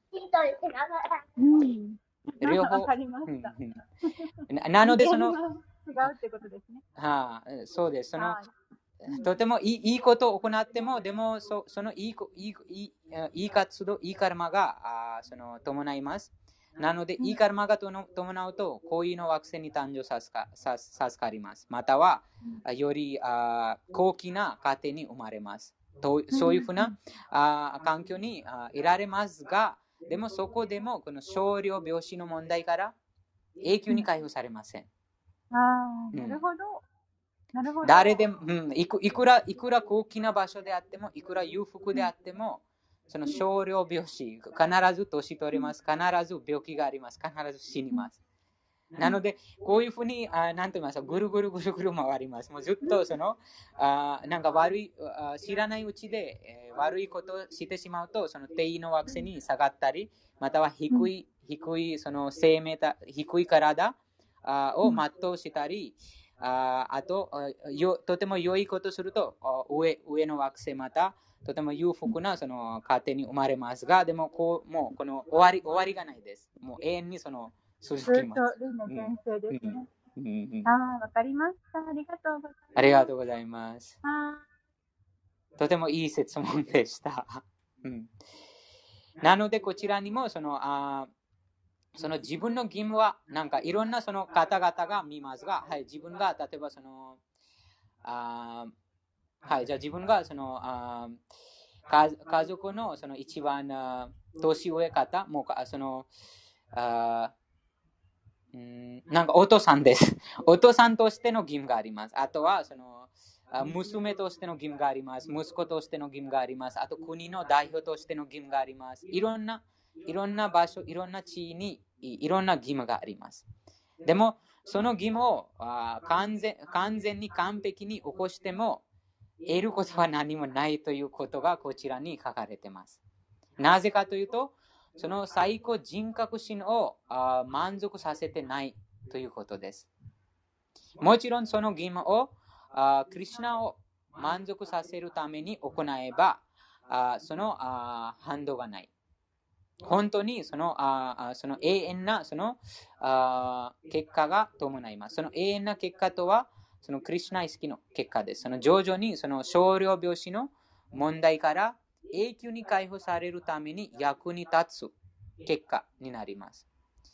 うん、 両方、 わかりました。 うんうん、な, なので、その、 違うってことですね。 はあ、そうです。その、とてもいいいいことを行っても、でも そ, そのいいいいいいいい活動、いいカルマがあその伴います。なので、いいカルマが伴うと、恋の惑星に誕生さすかさ授かります。または、よりあ高貴な家庭に生まれます。とそういうふうなあ環境にあいられますが、でもそこでも、この少量病死の問題から永久に解放されません。 ああ、なるほど。なるほど。 誰でも、うん、いくいくらいくら高貴な場所であっても、いくら裕福であっても、その少量病死、必ず年取ります、必ず病気があります、必ず死にます。なので、こういうふうに、あなんて言いますか、ぐるぐるぐるぐる回ります。もうずっとその、あなんか悪いあ、知らないうちで、えー、悪いことをしてしまうと、その定位の惑星に下がったり、または低い、低い、その生命た、低い体あを全うしたり、ああとよ、とても良いことすると、上上の惑星また、とても裕福なその家庭に生まれますが、でもこう、もうこの終わり終わりがないです。もう永遠にその続きます。 ずっと輪廻転生ですね。 うんうんうん、 ああ、わかりました。ありがとうございます。 ありがとうございます。 あとてもいい質問でした。うん、なので、こちらにもそのあその自分の義務は、なんかいろんなその方々が見ますが、はい、自分が例えばその、あはい、じゃあ自分がそのあ家族のその一番年上方、もうそのあんなんかお父さんです。お父さんとしての義務があります。あとはその娘としての義務があります。息子としての義務があります。あと国の代表としての義務があります。いろんな、いろんな場所、いろんな地位にいろんな義務があります。でも、その義務を完全、完全に完璧に起こしても、得ることは何もないということがこちらに書かれています。なぜかというと、その最高人格心を満足させてないということです。もちろんその義務をクリシュナを満足させるために行えば、その反動がない。本当にそのその永遠なその結果が伴います。その永遠な結果とは、そのクリシュナ意識の結果です。その徐々にその少量病死の問題から永久に解放されるために役に立つ結果になります。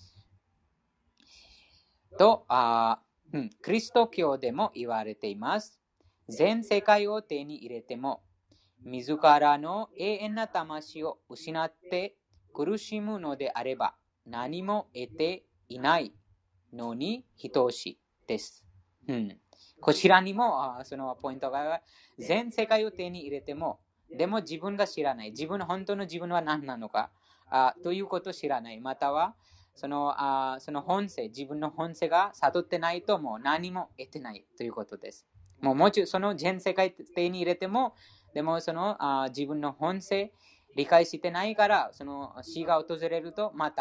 と、あうん、キリスト教でも言われています。全世界を手に入れても、自らの永遠な魂を失って苦しむのであれば、何も得ていないのに等しいです。うん、こちらにもそのポイントが、全世界を手に入れても、でも自分が知らない。自分の本当の自分は何なのかあということを知らない。または、そのあその本性、自分の本性が悟ってないともう何も得てないということです。もうもちろんその全世界手に入れても、でもそのあ自分の本性理解してないから、その死が訪れるとまた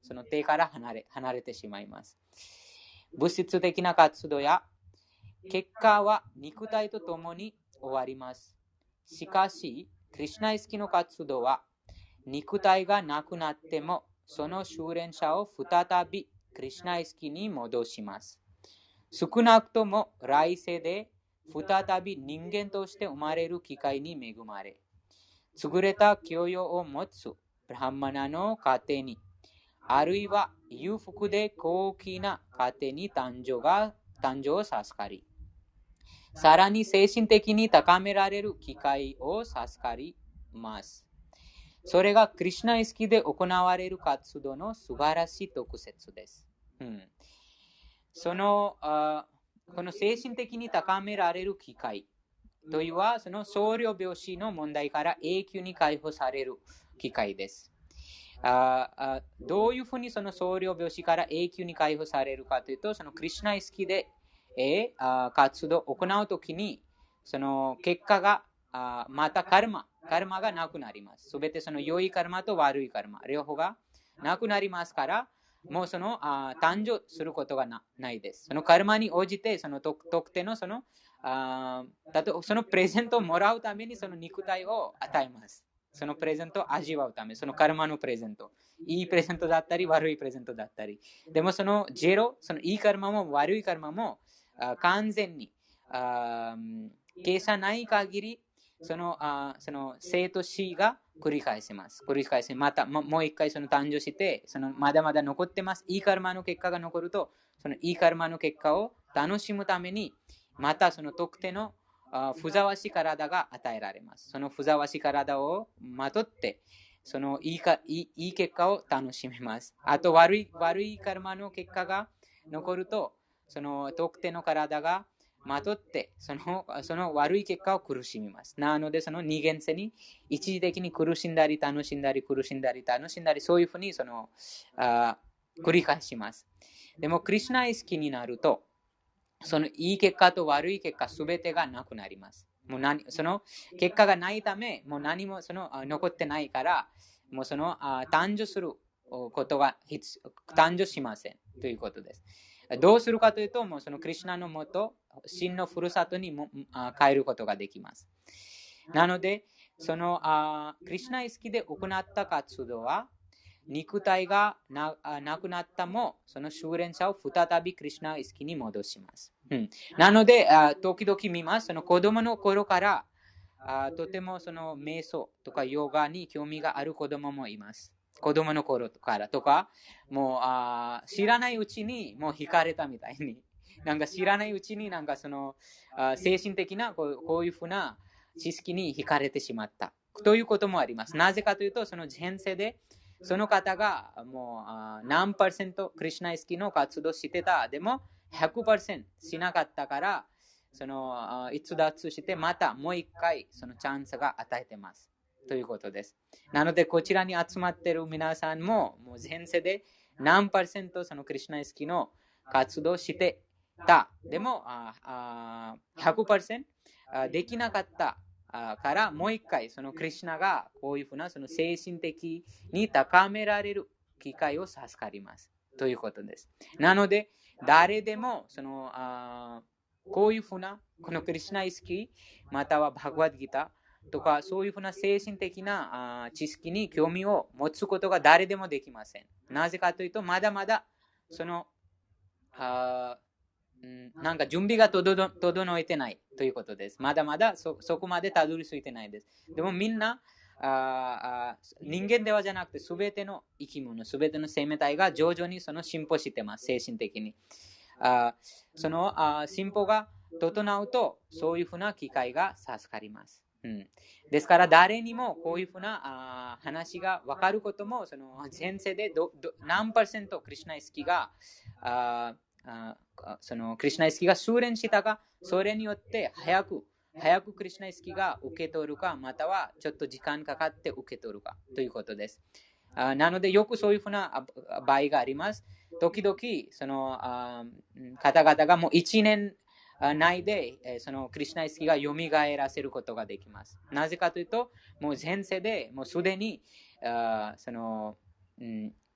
その手から離れ、離れてしまいます。物質的な活動や結果は肉体とともに終わります。しかし、クリシュナ意識の活動は肉体がなくなっても、その修練者を再びクリシュナ意識に戻します。少なくとも来世で再び人間として生まれる機会に恵まれ、優れた教養を持つブラハマナの家庭に、あるいは裕福で高貴な家庭に誕生が誕生を授かり、さらに精神的に高められる機会を授かります。それがクリシュナ意識で行われる活動の素晴らしい特質です。うん、そのあこの精神的に高められる機会というのは、その僧侶病死の問題から永久に解放される機会です。ああどういうふうにその僧侶病死から永久に解放されるかというと、そのクリシュナ意識で、えー、活動を行うときに、その結果があまたカルマ、カルマがなくなります。すべてその良いカルマと悪いカルマ、両方がなくなりますから、もうそのあ誕生することが な, ないです。そのカルマに応じて、その特定のそのあ例えばそのプレゼントをもらうためにその肉体を与えます。そのプレゼントを味わうため、そのカルマのプレゼント。いいプレゼントだったり、悪いプレゼントだったり。でもそのジェロ、そのいいカルマも悪いカルマもあ完全にあ計算ない限り、そのあその生と死が繰り返せます。繰り返せまたもう一回その誕生して、そのまだまだ残ってます。いいカルマの結果が残ると、そのいいカルマの結果を楽しむために、またその特定のふざわしい体が与えられます。そのふざわしい体をまとって、そのいいかいいいい結果を楽しめます。あと悪い悪いカルマの結果が残ると、その特定の体がまとってその、その悪い結果を苦しみます。なので、その二元性に一時的に苦しんだり、楽しんだり、苦しんだり、楽しんだり、そういうふうにそのあ繰り返します。でも、クリシュナ意識になると、そのいい結果と悪い結果すべてがなくなります。もう何その結果がないため、もう何もその残ってないから、もうその誕生することが誕生しませんということです。どうするかというと、もうそのクリシュナのもと、真のふるさとにも帰ることができます。なので、そのクリシュナ意識で行った活動は、肉体が な, なくなったも、その修練者を再びクリシュナ意識に戻します。うん、なので、時々見ます。その子供の頃からあとてもその瞑想とかヨガに興味がある子供もいます。子供の頃からとか、もうあ知らないうちにもう惹かれたみたいに、なんか知らないうちになんかそのあ精神的なこう、こういうふうな知識に惹かれてしまったということもあります。なぜかというと、その前世でその方がもう何パーセントクリシュナ意識の活動してた、でも ひゃくパーセント しなかったから、その逸脱してまたもう一回そのチャンスが与えてますということです。なのでこちらに集まっている皆さんも、もう前世で何パーセントそのクリシュナ意識の活動してた、でも ひゃくパーセント できなかったからもう一回そのクリシュナがこういうふうなその精神的に高められる機会を授かりますということです。なので誰でもそのあこういうふうなこのクリシュナ意識またはバガバッドギターとかそういうふうな精神的な知識に興味を持つことが誰でもできません。なぜかというと、まだまだそのあなんか準備が整えてないということです。まだまだ そ, そこまでたどり着いてないです。でもみんなあ人間ではじゃなくて全ての生き物、全ての生命体が徐々にその進歩してます。精神的に。あそのあ進歩が整うとそういうふうな機会が授かります。うん、ですから誰にもこういうふうなあ話が分かることも、その前世でどど何パーセントクリシュナ意識がああそのクリシュナ意識が修練したか、それによって早く早くクリシュナ意識が受け取るか、またはちょっと時間かかって受け取るかということです。あなのでよくそういうふうな場合があります。時々そのあ方々がもういちねん内でそのクリシュナ意識が蘇らせることができます。なぜかというと、もう前世でもうすでにあその、うん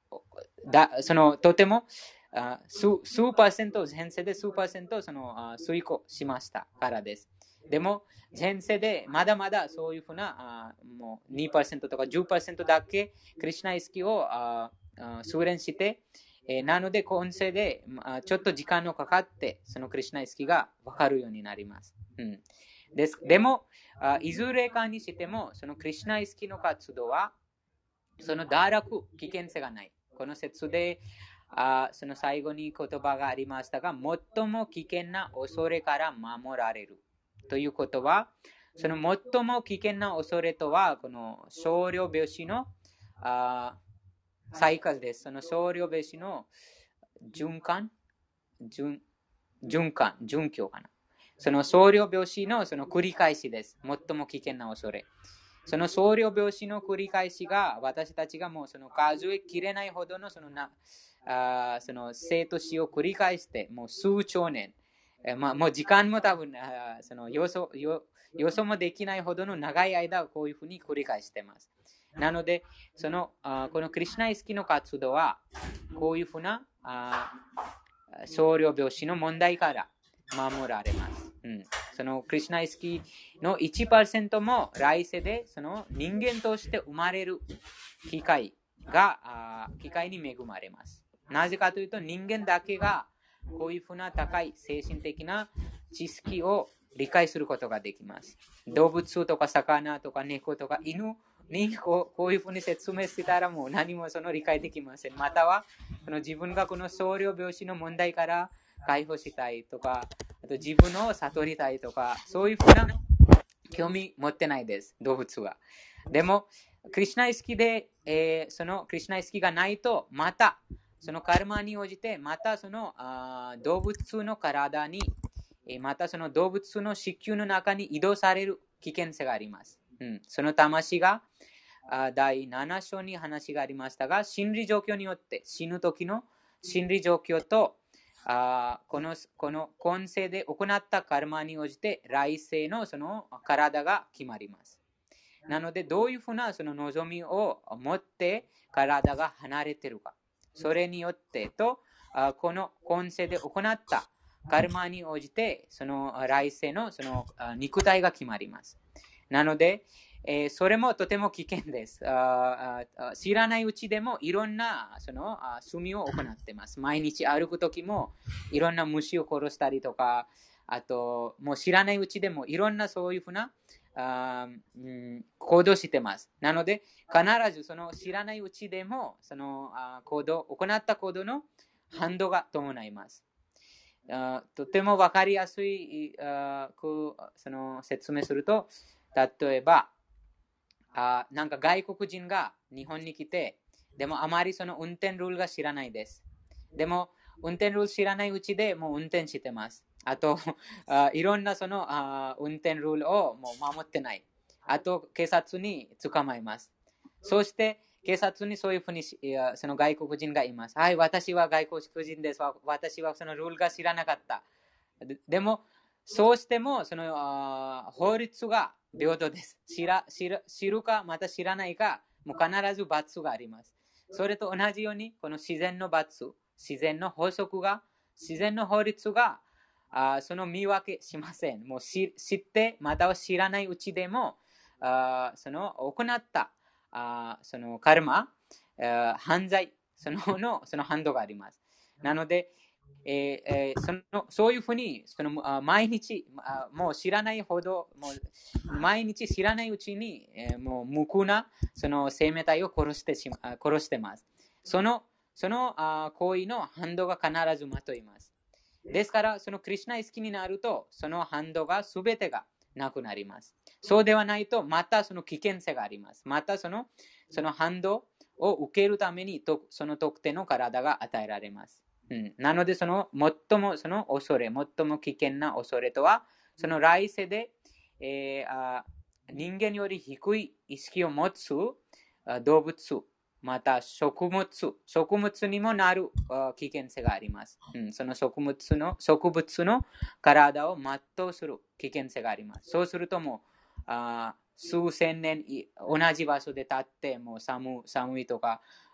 だそのとてもあ数数パーセント、前世で数パーセントそのあ遂行しましたからです。でも、前世でまだまだそういうふうなあもうにパーセントとかじゅっパーセントだけクリシュナ意識をああ修練して、えーなので今世であちょっと時間のかかってそのクリシュナ意識が分かるようになります。うんです。でもあ、いずれかにしてもそのクリシュナ意識の活動はその堕落、危険性がない。この説であその最後に言葉がありましたが、最も危険な恐れから守られるということは、その最も危険な恐れとは、この少量病死のあサイクルです。その少量病死の循環、循循環、循環かな。その少量病死のその繰り返しです。最も危険な恐れ。その少量病死の繰り返しが私たちがもうその数えきれないほどのそのなあその生と死を繰り返してもう数兆年、えまあ、もう時間も多分あその予想予予想もできないほどの長い間こういうふうに繰り返しています。なのでそのあこのクリシュナ意識の活動はこういうふうなあ少量病死の問題から守られます。うん、そのクリシュナ意識の いちパーセント も来世でその人間として生まれる機会が機会に恵まれます。なぜかというと人間だけがこういうふうな高い精神的な知識を理解することができます。動物とか魚とか猫とか犬にこうこういうふうに説明したらもう何もその理解できません。またはその自分がこの少量病死の問題から解放したいとか、あと自分を悟りたいとか、そういうふうな興味持ってないです、動物は。でも、クリシュナ意識で、えー、そのクリシュナ意識がないと、またそのカルマに応じて、またそのあ動物の体に、またその動物の子宮の中に移動される危険性があります。うん、その魂がだいなな章に話がありましたが、心理状況によって死ぬ時の心理状況とあこのこの今世で行ったカルマに応じて来世のその体が決まります。なのでどういうふうなその望みを持って体が離れているか、それによってとあこの今世で行ったカルマに応じてその来世のその肉体が決まります。なのでえー、それもとても危険です。ああ知らないうちでもいろんなその罪を行っています。毎日歩くときもいろんな虫を殺したりとか、あともう知らないうちでもいろんなそういうふうなあ、うん、行動しています。なので必ずその知らないうちでもそのあ行動、行った行動の反動が伴います。あとても分かりやすいあその説明すると、例えばあなんか外国人が日本に来て、でもあまりその運転ルールが知らないです。でも運転ルール知らないうちでもう運転してます。あとあいろんなそのあ運転ルールをもう守ってない。あと警察に捕まえます。そして警察にそういうふうにその外国人がいます。はい、私は外国人です。私はそのルールが知らなかった。で, でもそうしてもその法律が平等です。知ら知る知るかまた知らないか、もう必ず罰があります。それと同じようにこの自然の罰、自然の法則が、自然の法律があその見分けしません。もう知ってまたは知らないうちでもあその行ったあそのカルマ、犯罪そののその反動があります。なのでえーえー、そのそういうふうにそのあ毎日あもう知らないほどもう毎日知らないうちに、えー、もう無垢なその生命体を殺してしま殺してます。そのそのあ行為の反動が必ずまといます。ですからそのクリシュナ意識になるとその反動がすべてがなくなります。そうではないとまたその危険性があります。またそのその反動を受けるためにとその特定の体が与えられます。うん、なのでその最もその恐れ、最も危険な恐れとは、その来世で、えー、あ人間より低い意識を持つ動物、また植物、植物にもなる危険性があります。うん、その植物の植物の体を全うする危険性があります。そうするともうあ数千年同じ場所で立ってもう 寒, 寒いとか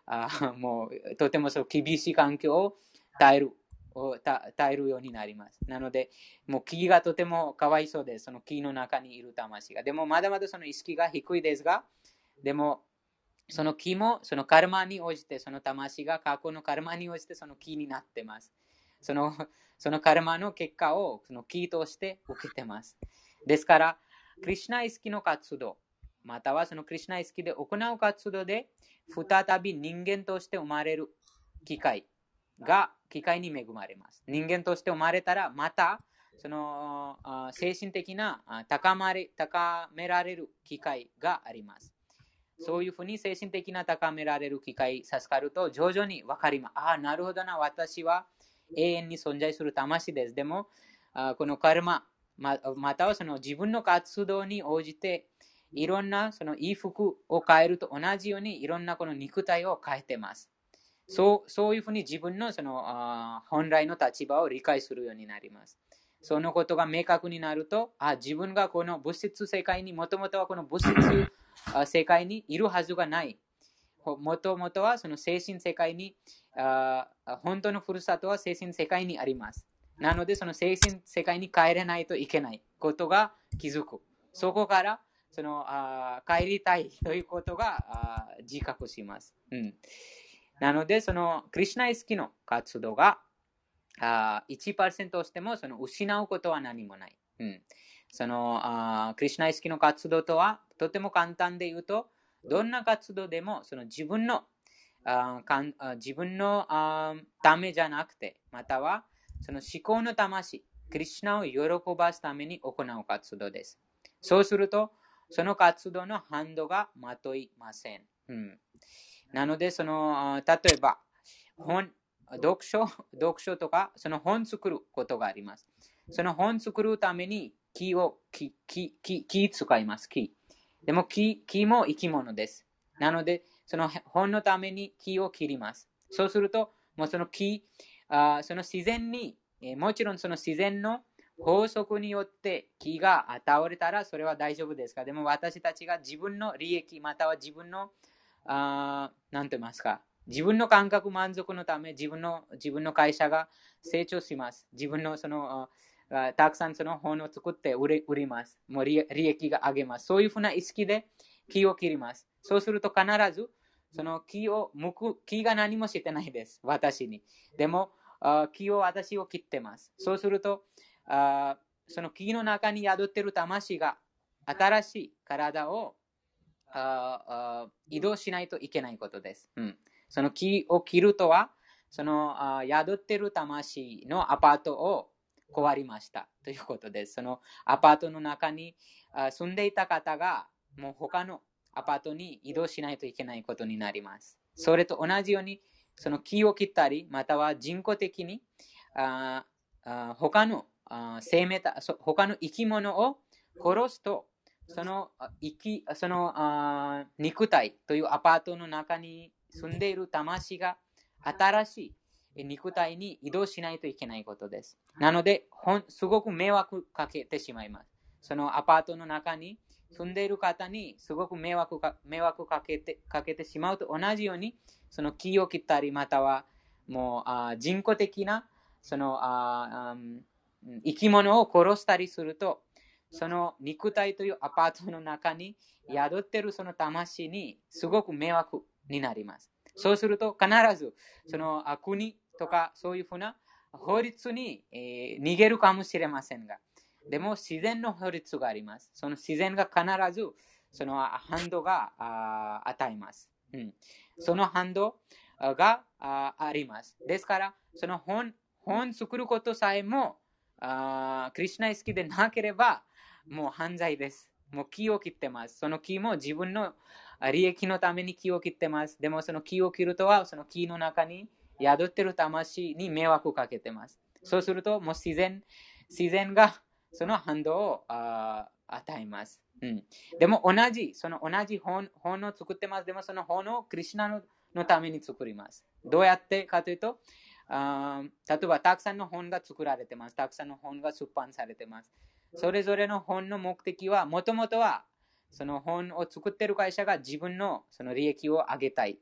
あもうとてもそう厳しい環境を耐えるを耐えるようになります。なので、もう木がとてもかわいそうです。その木の中にいる魂が。でも、まだまだその意識が低いですが、でも、その木もそのカルマに応じて、その魂が過去のカルマに応じてその木になってます。そのそのカルマの結果をその木として受けてます。ですから、クリシュナ意識の活動、またはそのクリシュナ意識で行う活動で、再び人間として生まれる機会が機会に恵まれます。人間として生まれたら、またその精神的な高まれ高められる機会があります。そういうふうに精神的な高められる機会授かると、徐々に分かります。ああ、なるほどな、私は永遠に存在する魂です。でも、あこのカルマ、ま, またはその自分の活動に応じて、いろんなその衣服を変えると同じように、いろんなこの肉体を変えてます。そう、そういうふうに自分のそのあ本来の立場を理解するようになります。そのことが明確になると、あ自分がこの物質世界に、もともとはこの物質世界にいるはずがない。もともとはその精神世界に、あ本当のふるさとは精神世界にあります。なので、その精神世界に帰れないといけないことが気づく。そこからそのあ帰りたいということがあ自覚します。うんなので、そのクリシュナ意識の活動があ いちパーセント してもその失うことは何もない。うん、そのあクリシュナ意識の活動とはとても簡単で言うと、どんな活動でもその自分のあかんあ自分のあためじゃなくて、またはその思考の魂、クリシュナを喜ばすために行う活動です。そうすると、その活動の反動がまといません。うんなので、その例えば本、読書、読書とか、その本作ることがあります。その本作るために木を、木、木、木、木使います。木。でも木、木も生き物です。なので、その本のために木を切ります。そうすると、もうその木、あその自然に、もちろんその自然の法則によって木が倒れたらそれは大丈夫ですが、でも私たちが自分の利益または自分のあなんて言いますか自分の感覚満足のため自分の自分の会社が成長します。自分のそのたくさんその本を作って売り売ります。もう利益が上げます。そういうふうな意識で木を切ります。そうすると必ずその木を向く木が何もしてないです。私に。でも木を私を切ってます。そうするとあその木の中に宿っている魂が新しい体をあ移動しないといけないことです。うん、その木を切るとは、そのあ宿っている魂のアパートを壊りましたということです。そのアパートの中にあ住んでいた方がもう他のアパートに移動しないといけないことになります。それと同じように、その木を切ったり、または人工的にああ他のあ生命体、他の生き物を殺すと、その生きそのあ肉体というアパートの中に住んでいる魂が新しい肉体に移動しないといけないことです。なので、ほんすごく迷惑かけてしまいます。そのアパートの中に住んでいる方にすごく迷惑か迷惑かけてかけてしまうと同じように、その木を切ったり、またはもうあ人工的なそのああ生き物を殺したりすると、その肉体というアパートの中に宿っているその魂にすごく迷惑になります。そうすると必ずその国とかそういうふうな法律に、えー、逃げるかもしれませんが、でも自然の法律があります。その自然が必ずその反動が与えます。うん、その反動があります。ですから、その本、本作ることさえもあクリシュナ意識でなければもう犯罪です。もう木を切ってます。その木も自分の利益のために木を切ってます。でもその木を切るとは、その木の中に宿っている魂に迷惑をかけてます。そうすると、もう自然、自然がその反動を与えます。うん、でも同じ、その同じ 本, 本を作ってます。でもその本をクリシュナ の, のために作ります。どうやってかというと、あ例えばたくさんの本が作られてます。たくさんの本が出版されてます。それぞれの本の目的は、もともとはその本を作っている会社が自分のその利益を上げたい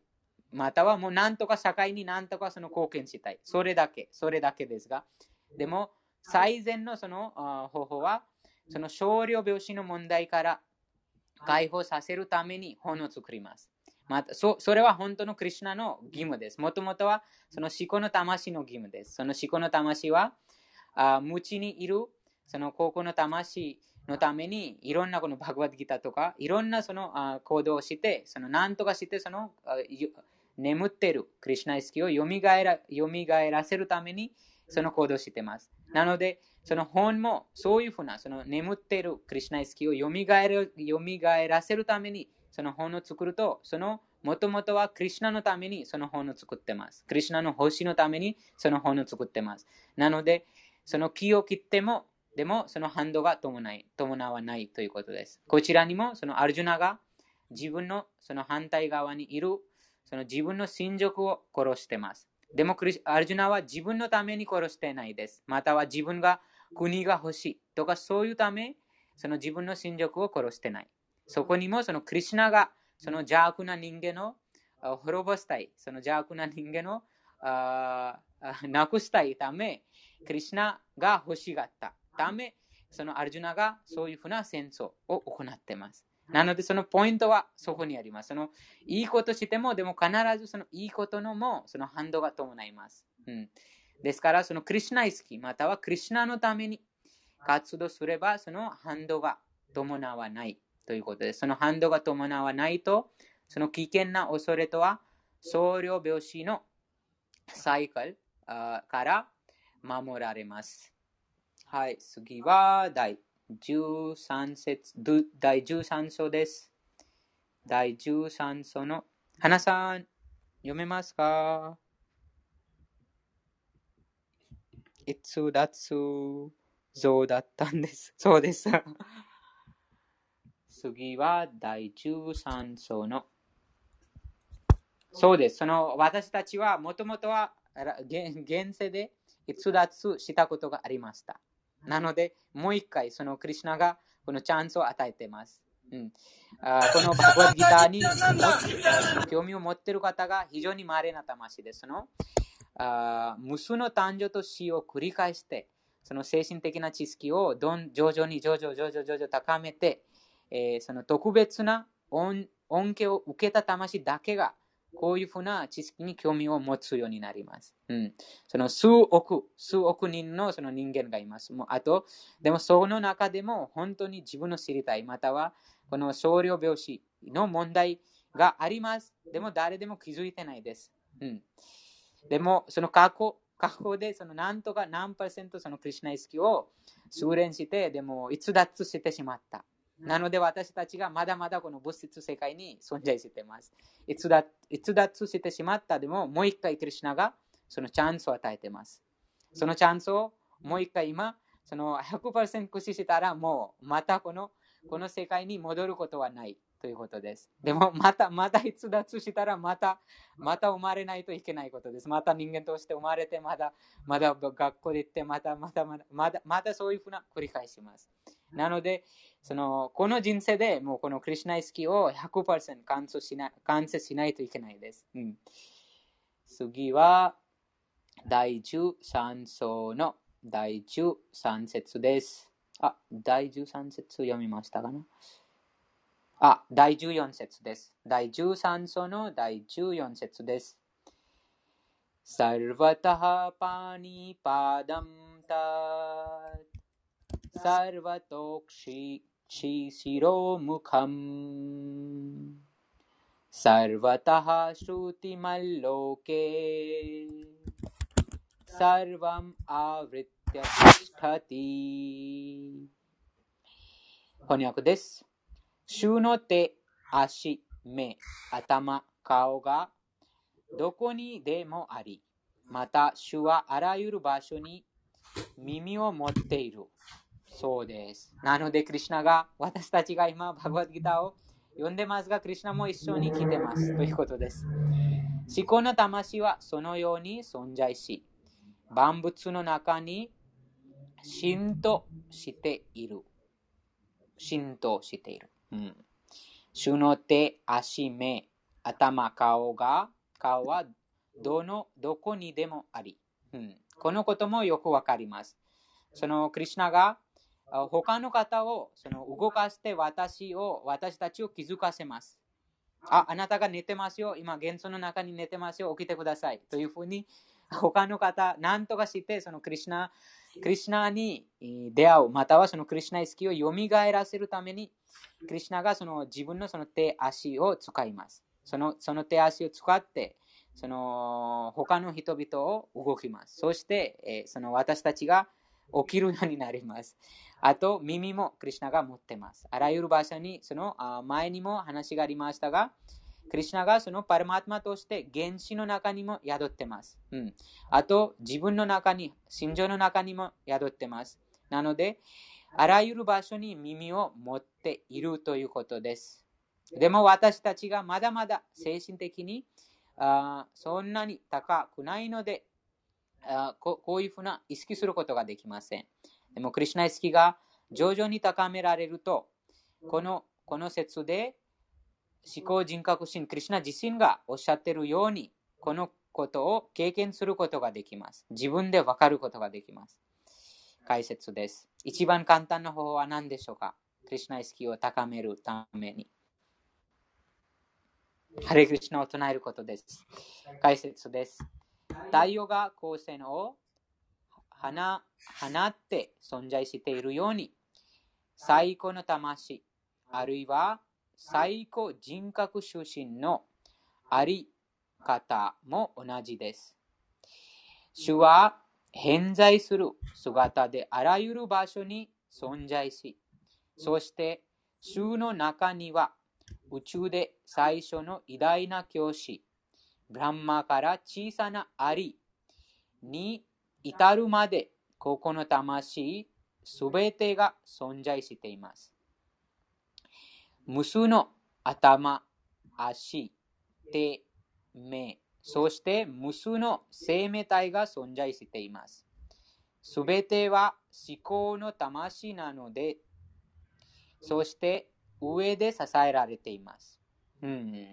またはもうなんとか社会になんとかその貢献したい。それだけ、それだけですが、でも最善のその方法は、その少量病死の問題から解放させるために本を作ります。また そ, それは本当のクリシュナの義務です。もともとはその思考の魂の義務です。その思考の魂は、あ無知にいるその高校の魂のためにいろんなこのバグワッドギターとかいろんなそのあ行動をして、その何とかしてそのあ眠っているクリシュナ意識をよみがえら、よみがえらせるためにその行動をしています。なので、その本もそういうふうなその眠っているクリシュナ意識をよみがえる、よみがえらせるためにその本を作ると、そのもともとはクリシュナのためにその本を作ってます。クリシュナの星のためにその本を作ってます。なので、その木を切っても、でもその反動が伴い、伴わないということです。こちらにもそのアルジュナが自分のその反対側にいるその自分の親族を殺しています。でもアルジュナは自分のために殺していないです。または自分が国が欲しいとかそういうため、その自分の親族を殺していない。そこにもそのクリシュナがその邪悪な人間を滅ぼしたい、その邪悪な人間をあなくしたいため、クリシュナが欲しがったため、そのアルジュナがそういうふうな戦争を行っています。なのでそのポイントはそこにあります。そのいいことしても、でも必ずそのいいことのもその反動が伴います。うん、ですからそのクリシュナ意識またはクリシュナのために活動すればその反動が伴わないということです。その反動が伴わないと、その危険な恐れとは総量病死のサイクルから守られます。はい、次は第じゅうさん節、第じゅうさん章です。第じゅうさん章の花さん、読めますか？いつ脱増だったんです。そうです。次は第じゅうさん章のそうです。その私たちはもともとは現世で逸脱したことがありました。なので、もう一回、そのクリシュナがこのチャンスを与えています。うん、あこのバグワッドギターに興味を持っている方が非常に稀な魂です。そのあ無数の誕生と死を繰り返して、その精神的な知識をどん徐々に徐々徐々徐々高めて、えー、その特別な恩恵を受けた魂だけがこういうふうな知識に興味を持つようになります。うん、その数億、数億人のその人間がいます。もうあと、でもその中でも本当に自分の知りたい、またはこの少量病死の問題があります。でも誰でも気づいてないです。うん、でもその過去、過去でその何とか何パーセントそのクリシュナ意識を修練して、でも逸脱してしまった。なので私たちがまだまだこの物質世界に存在しています。逸脱、逸脱してしまった。でももう一回クリシュナがそのチャンスを与えています。そのチャンスをもう一回今、その ひゃくパーセント 駆使したらもうまたこの、この世界に戻ることはないということです。でもまた、また逸脱したらまた、また生まれないといけないことです。また人間として生まれて、まだ、まだ学校で行って、また、また、まだ、まだ、またそういうふうな繰り返します。なので、そのこの人生でもうこのクリシュナ意識を ひゃくパーセント 完成しない、完成しないといけないです。うん、次は第じゅうさん章の第じゅうさん節です。あ、第じゅうさん節読みましたかな？あ、第じゅうよん節です。第じゅうさん章の第じゅうよん節です。サルバタハパニパダムタサルバトクシシシロムカムサルバタハシュティマルロケサルバムアヴリティアシタティ。翻訳です。主の手、足、目、頭、顔がどこにでもあり、また主はあらゆる場所に耳を持っている。そうです。なので、クリシュナが、私たちが今、バグワッドギターを読んでますが、クリシュナも一緒に来てますということです。思考の魂はそのように存在し、万物の中に浸透している。浸透している。うん、主の手、足、目、頭、顔が顔はどの、どこにでもあり、うん、このこともよくわかります。そのクリシュナが他の方をその動かして私を、私たちを気づかせます。あ、あなたが寝てますよ。今、幻想の中に寝てますよ。起きてください。というふうに、他の方、何とかして、そのクリシュナ、クリシュナに出会う、またはそのクリシュナ意識を蘇らせるために、クリシュナがその自分のその手足を使います。その、その手足を使って、その他の人々を動きます。そして、その私たちが起きるようになります。あと、耳もクリシュナが持っています。あらゆる場所に、その前にも話がありましたが、クリシュナがそのパラマートマとして原子の中にも宿っています。うん、あと、自分の中に、心情の中にも宿っています。なので、あらゆる場所に耳を持っているということです。でも私たちがまだまだ精神的にあそんなに高くないのであこ、こういうふうな意識することができません。でも、クリシュナ意識が徐々に高められると、この、この説で思考人格心、クリシュナ自身がおっしゃっているように、このことを経験することができます。自分で分かることができます。解説です。一番簡単な方法は何でしょうか？クリシュナ意識を高めるために。ハレクリシュナを唱えることです。解説です。太陽が光線を放って存在しているように、最高の魂、あるいは最高人格出身のあり方も同じです。主は偏在する姿であらゆる場所に存在し、そして主の中には宇宙で最初の偉大な教師、ブランマから小さなアリに至るまで、ここの魂すべてが存在しています。無数の頭、足、手、目、そして無数の生命体が存在しています。すべては思考の魂なので、そして上で支えられています。うん、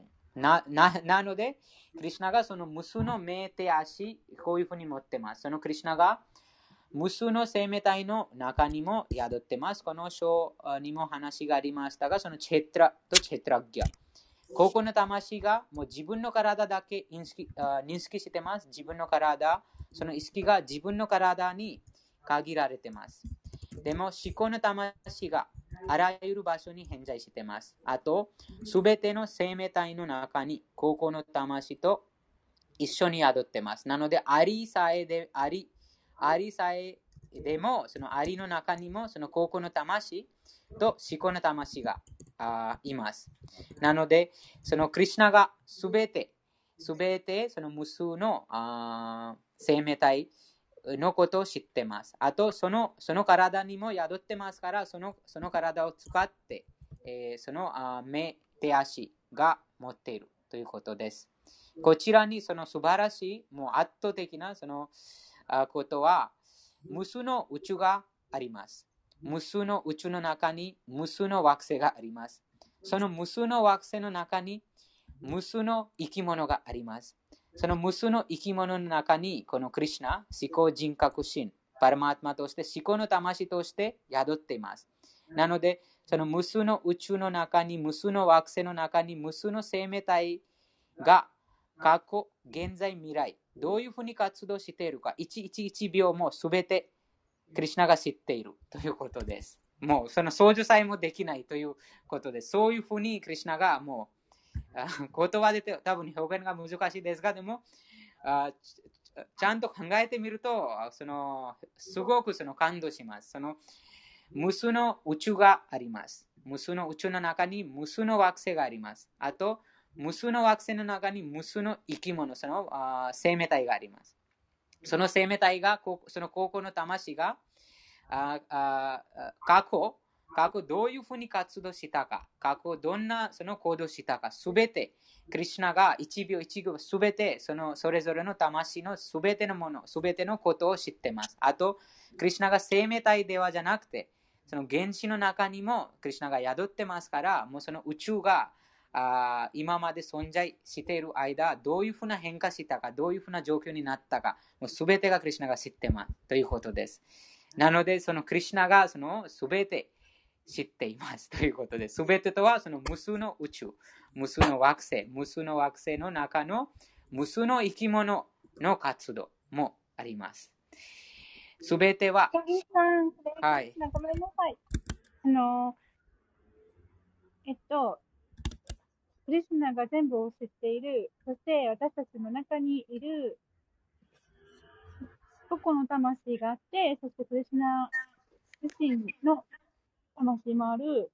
な, な, なので、クリシュナがその無数の目、手、足、こういうふうに持っています。そのクリシュナが無数の生命体の中にも宿っています。この章にも話がありましたが、そのチェトラとチェトラギャ。ここの魂がもう自分の体だけ認識、認識しています。自分の体、その意識が自分の体に限られています。でも思考の魂があらゆる場所に偏在しています。あと、すべての生命体の中にここの魂と一緒に宿っています。なので、ありさえで、あり、ありさえでも、そのありの中にも、そのここの魂と思考の魂があいます。なので、そのクリシュナがすべて、すべてその無数のあ生命体のことを知っています。あと、その、その体にも宿ってますから、その、その体を使って、えー、そのあ目、手足が持っているということです。こちらにその素晴らしい、もう圧倒的なそのことは、無数の宇宙があります。無数の宇宙の中に無数の惑星があります。その無数の惑星の中に無数の生き物があります。その無数の生き物の中にこのクリシュナ、思考人格心、パラマートマとして思考の魂として宿っています。なので、その無数の宇宙の中に無数の惑星の中に無数の生命体が過去、現在、未来、どういうふうに活動しているか、一一一秒もすべてクリシュナが知っているということです。もうその相助さえもできないということです。そういうふうにクリシュナがもう言葉で多分表現が難しいですが、でもあちゃんと考えてみると、そのすごくその感動します。その無数の宇宙があります。無数の宇宙の中に無数の惑星があります。あと、無数の惑星の中に無数の生き物、その生命体があります。その生命体が、その高校の魂が、ああ過去、過去どういうふうに活動したか、過去どんなその行動したか、すべて、クリシュナが一秒一秒すべて、そのそれぞれの魂のすべてのもの、すべてのことを知っています。あと、クリシュナが生命体ではじゃなくて、その原子の中にもクリシュナが宿ってますから、もうその宇宙があ今まで存在している間、どういうふうな変化したか、どういうふうな状況になったか、すべてがクリシュナが知ってますということです。なので、そのクリシュナがそのすべて知っていますということです。すべてとはその無数の宇宙、無数の惑星、無数の惑星の中の無数の生き物の活動もあります。すべては、 はい。ごめんなさい。あの、えっと、クリシュナが全部を知っている、そして私たちの中にいる個々の魂があって、そしてクリシュナ自身の魂もある。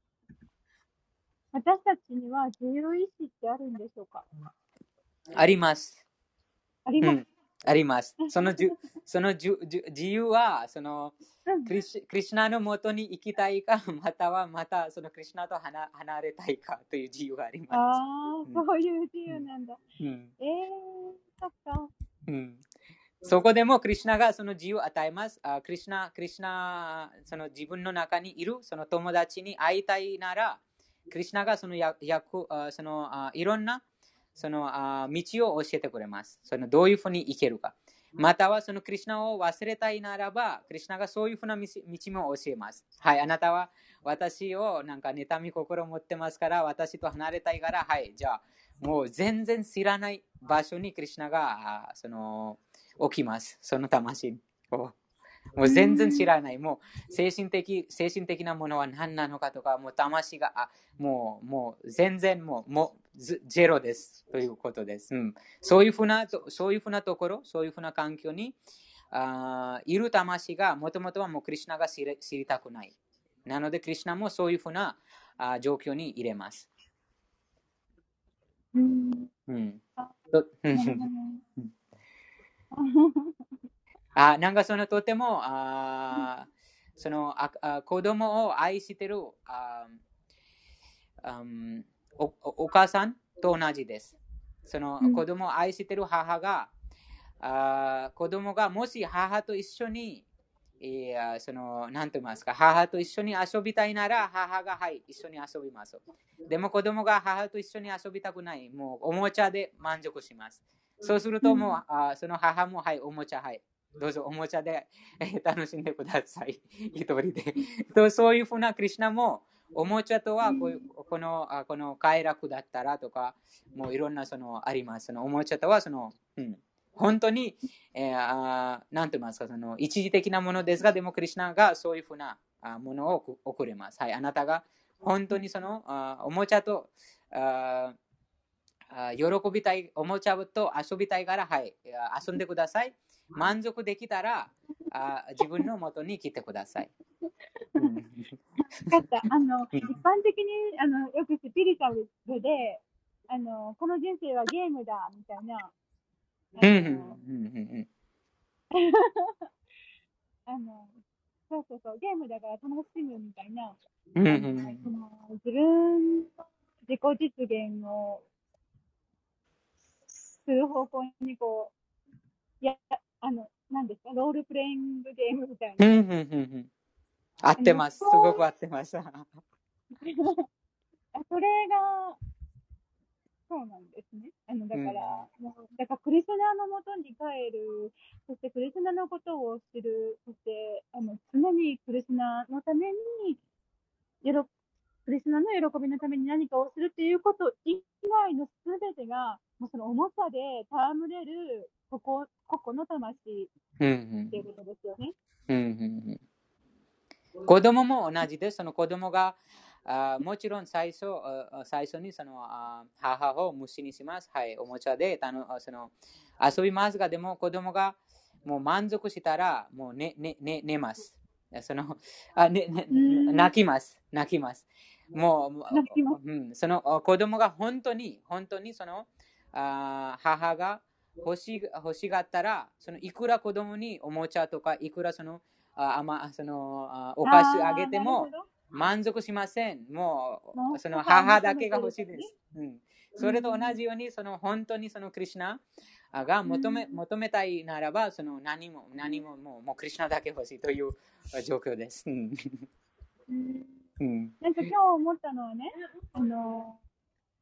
私たちには自由意志ってあるんでしょうか？ あります。 あります。うん、 あります。そのじゅそのじゅじゅ自由はそのクリシ、クリシュナのもとに行きたいか、またはまたそのクリシュナと離離れたいかという自由があります。 ああ、そういう自由なんだ。 うん、 えー、そっか。 うん。そこでもクリシュナがその自由を与えます。あクリシュナ、クリシュナ、その自分の中にいるその友達に会いたいなら、クリシュナがそのややそのあいろんなそのあ道を教えてくれます。そのどういうふうに行けるか。またはそのクリシュナを忘れたいならば、クリシュナがそういうふうな道も教えます。はい、あなたは私をなんか妬み心を持ってますから、私と離れたいから、はい、じゃあもう全然知らない場所にクリシュナがその起きます。その魂を。もう全然知らない。もう精神的、精神的なものは何なのかとか、もう魂が、あもう、もう全然もう、もうゼロです。ということです。うん、そういうふうな、そういうふうなところ、そういうふうな環境にあいる魂が、もともとはもうクリシュナが知り、知りたくない。なので、クリシュナもそういうふうなあ状況に入れます。 うん。 うん。あなんかそのとてもあそのああ子供を愛しているああおお母さんと同じです。その子供を愛している母が、あ子供がもし母と一緒に、いやその何と言いますか、母と一緒に遊びたいなら母がはい一緒に遊びます。でも子供が母と一緒に遊びたくない、もうおもちゃで満足します。そうするともう、あその母もはいおもちゃはいどうぞおもちゃで楽しんでください。一人で。とそういうふうなクリシュナもおもちゃとはこういうこのこの快楽だったらとか、もういろんなそのあります。そのおもちゃとはその、うん、本当に、えー、あなんて言いますか、その一時的なものですが、でもクリシュナがそういうふうなものを送れます。はい、あなたが本当にそのあおもちゃとあ喜びたい、おもちゃと遊びたいから、はい、遊んでください。満足できたら、あ自分の元に来てください。 分かった。あの、一般的に、あの、よくスピリチュアルで、あの、この人生はゲームだ、みたいな。あの、あのそうそうそう、ゲームだから楽しむみたいな。あのその自分の自己実現をする方向にこう、や、あの、なんですか、ロールプレイングゲームみたいな。 合ってます。すごく合ってました。 それが、そうなんですね。あの、だから、うん、もう、だからクリスナのもとに帰る、そしてクリスナのことを知る、そして、あの、常にクリスナのために、よろ、クリスナの喜びのために何かをするっていうこと以外のすべてが、もうその重さで戯れる、ここ、ここの魂っていうことですよね。 うんうんうん、子供も同じです。その子供が、あもちろん最初最初にそのあ母を虫にします。はい、おもちゃでたのその遊びますが、でも子供がもう満足したら、もう寝、ねね、寝ます。そのあ、ねね、泣きます。泣きます。もう、うん、その子供が本当に、本当にそのあ母が欲し欲しがったら、そのいくら子供におもちゃとか、いくらそのあまそのあお菓子あげても満足しません。もうその母だけが欲しいです。うん、それと同じように、その本当にそのクリシュナが求め、求めたいならば、その何も何ももう、もうクリシュナだけ欲しいという状況です。うんうん、なんか今日思ったのはね、あの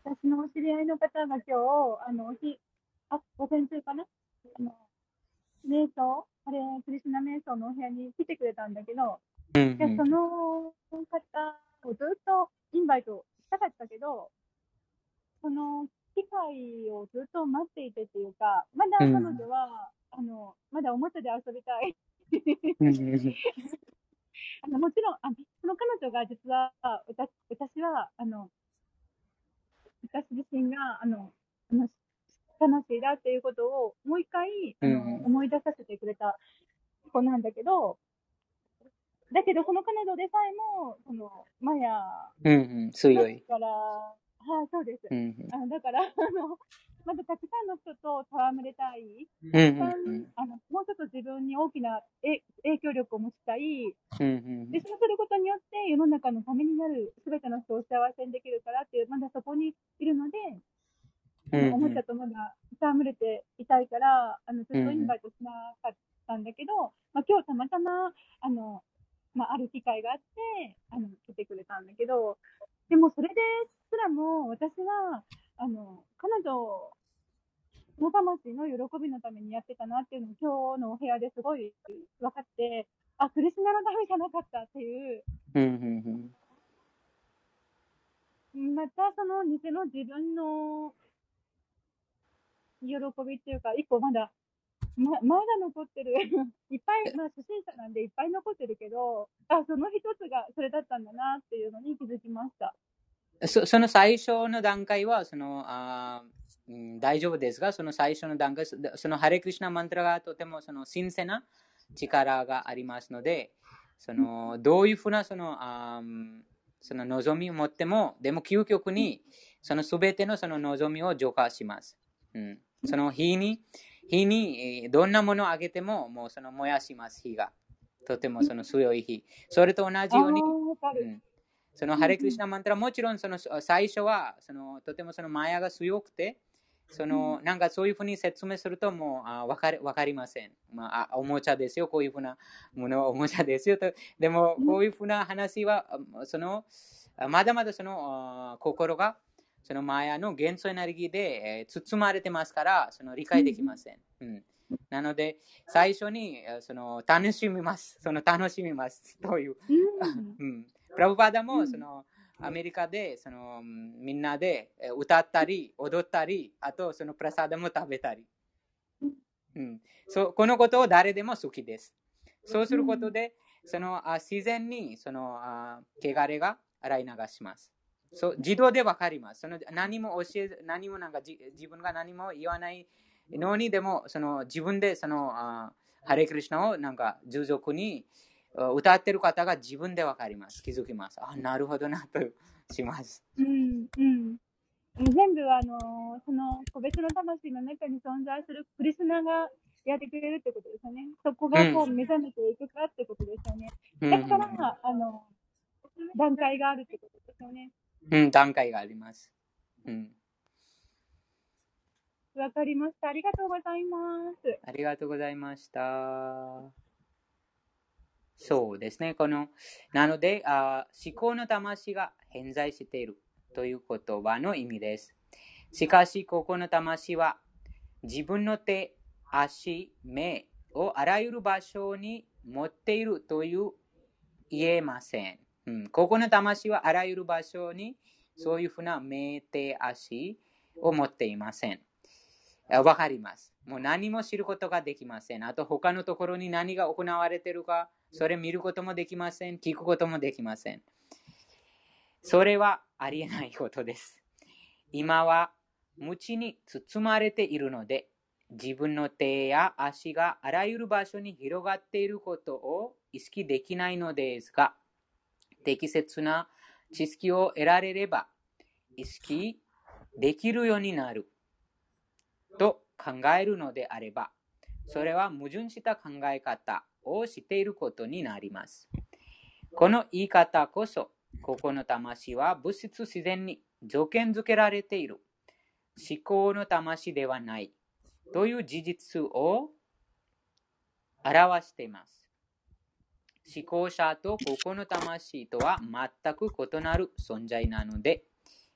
私のお知り合いの方が今日、あの、おひ、あ、午前中かなあの、瞑想、あれ、クリシュナ瞑想のお部屋に来てくれたんだけど、で、その方をずっとインバイトしたかったけど、その機会をずっと待っていてっていうか、まだ彼女は、あの、まだおもちゃで遊びたい。あのもちろんあ、その彼女が実は、私私は、あの、私自身が、あの、あの楽しいだっていうことをもう一回、あの、思い出させてくれた子なんだけど、だけど、その彼女でさえも、その、マヤ、 うんうん、強い。 だから、はい、そうです。 うんうんあのだから、あの、まだたくさんの人と戯れたい。 うんたくさん、 うんうんあの、もうちょっと自分に大きなえ影響力を持ちたい。 うんうんで、そうすることによって世の中のためになる、すべての人を幸せにできるからっていう、まだそこにいるので、あの、おもちゃとまだ戯れていたいから、あの、ずっとインバイトしなかったんだけど、まあ、今日たまたま、あの、まあ、ある機会があって、あの、来てくれたんだけど、でもそれですらも、私は、あの、彼女の魂の喜びのためにやってたなっていうのを今日のお部屋ですごい分かって、あ、クリスナのためじゃなかったっていう、 うんうんまたその偽の自分の喜びっていうか、一個まだ、ま、前が残ってる。いっぱい、まあ初心者なんでいっぱい残ってるけど、あ、その一つがそれだったんだなっていうのに気づきました。 そ, その最初の段階はそのあ、うん、大丈夫ですが、その最初の段階、そのハレクリシュナマントラがとてもその神聖な力がありますので、そのどういうふうなそのあその望みを持っても、でも究極にそのすべてのその望みを浄化します。うん、その火に、火にどんなものをあげても、もうその燃やします、火が。とてもその強い火。それと同じように、うんそのハレクリシュナマントラ、もちろんその最初はそのとてもそのマヤが強くて、そのなんかそういうふうに説明するともうあ分かり、分かりません。まあ、おもちゃですよ、こういうふうなものはおもちゃですよと。でもこういうふうな話は、そのまだまだその心がそのマヤの元素エネルギーで包まれてますから、その理解できません。うん、なので、最初にその楽しみます。その楽しみますという。うんプラブパダもそのアメリカでそのみんなで歌ったり踊ったり、あとそのプラサダも食べたり、うん、そこのことを誰でも好きです。そうすることでその自然にその汚れが洗い流します。そう自動で分かります。その何も教え何もなんか自分が何も言わないのにでもその自分でそのハレクリシュナをなんか従属に歌ってる方が自分で分かります。気づきます。あ、なるほどなとします。 うんうん。全部あのその個別の魂の中に存在するクリスナがやってくれるってことですよね。そこがこう目覚めていくかってことですよね。 うん、 だから、うん、あの段階があるってことですよね。 うん、段階があります。うん。 わかりました。ありがとうございます。 ありがとうございました。そうですね。このなのであ、思考の魂が偏在しているという言葉の意味です。しかし、ここの魂は自分の手、足、目をあらゆる場所に持っているという言えません。うん、ここの魂はあらゆる場所にそういうふうな目、手、足を持っていません。わかります。もう何も知ることができません。あと他のところに何が行われているか、それ見ることもできません。聞くこともできません。それはありえないことです。今は無知に包まれているので、自分の手や足があらゆる場所に広がっていることを意識できないのですが、適切な知識を得られれば意識できるようになると考えるのであれば、それは矛盾した考え方をしていることになります。この言い方こそ、ここの魂は物質自然に条件付けられている思考の魂ではないという事実を表しています。思考者とここの魂とは全く異なる存在なので、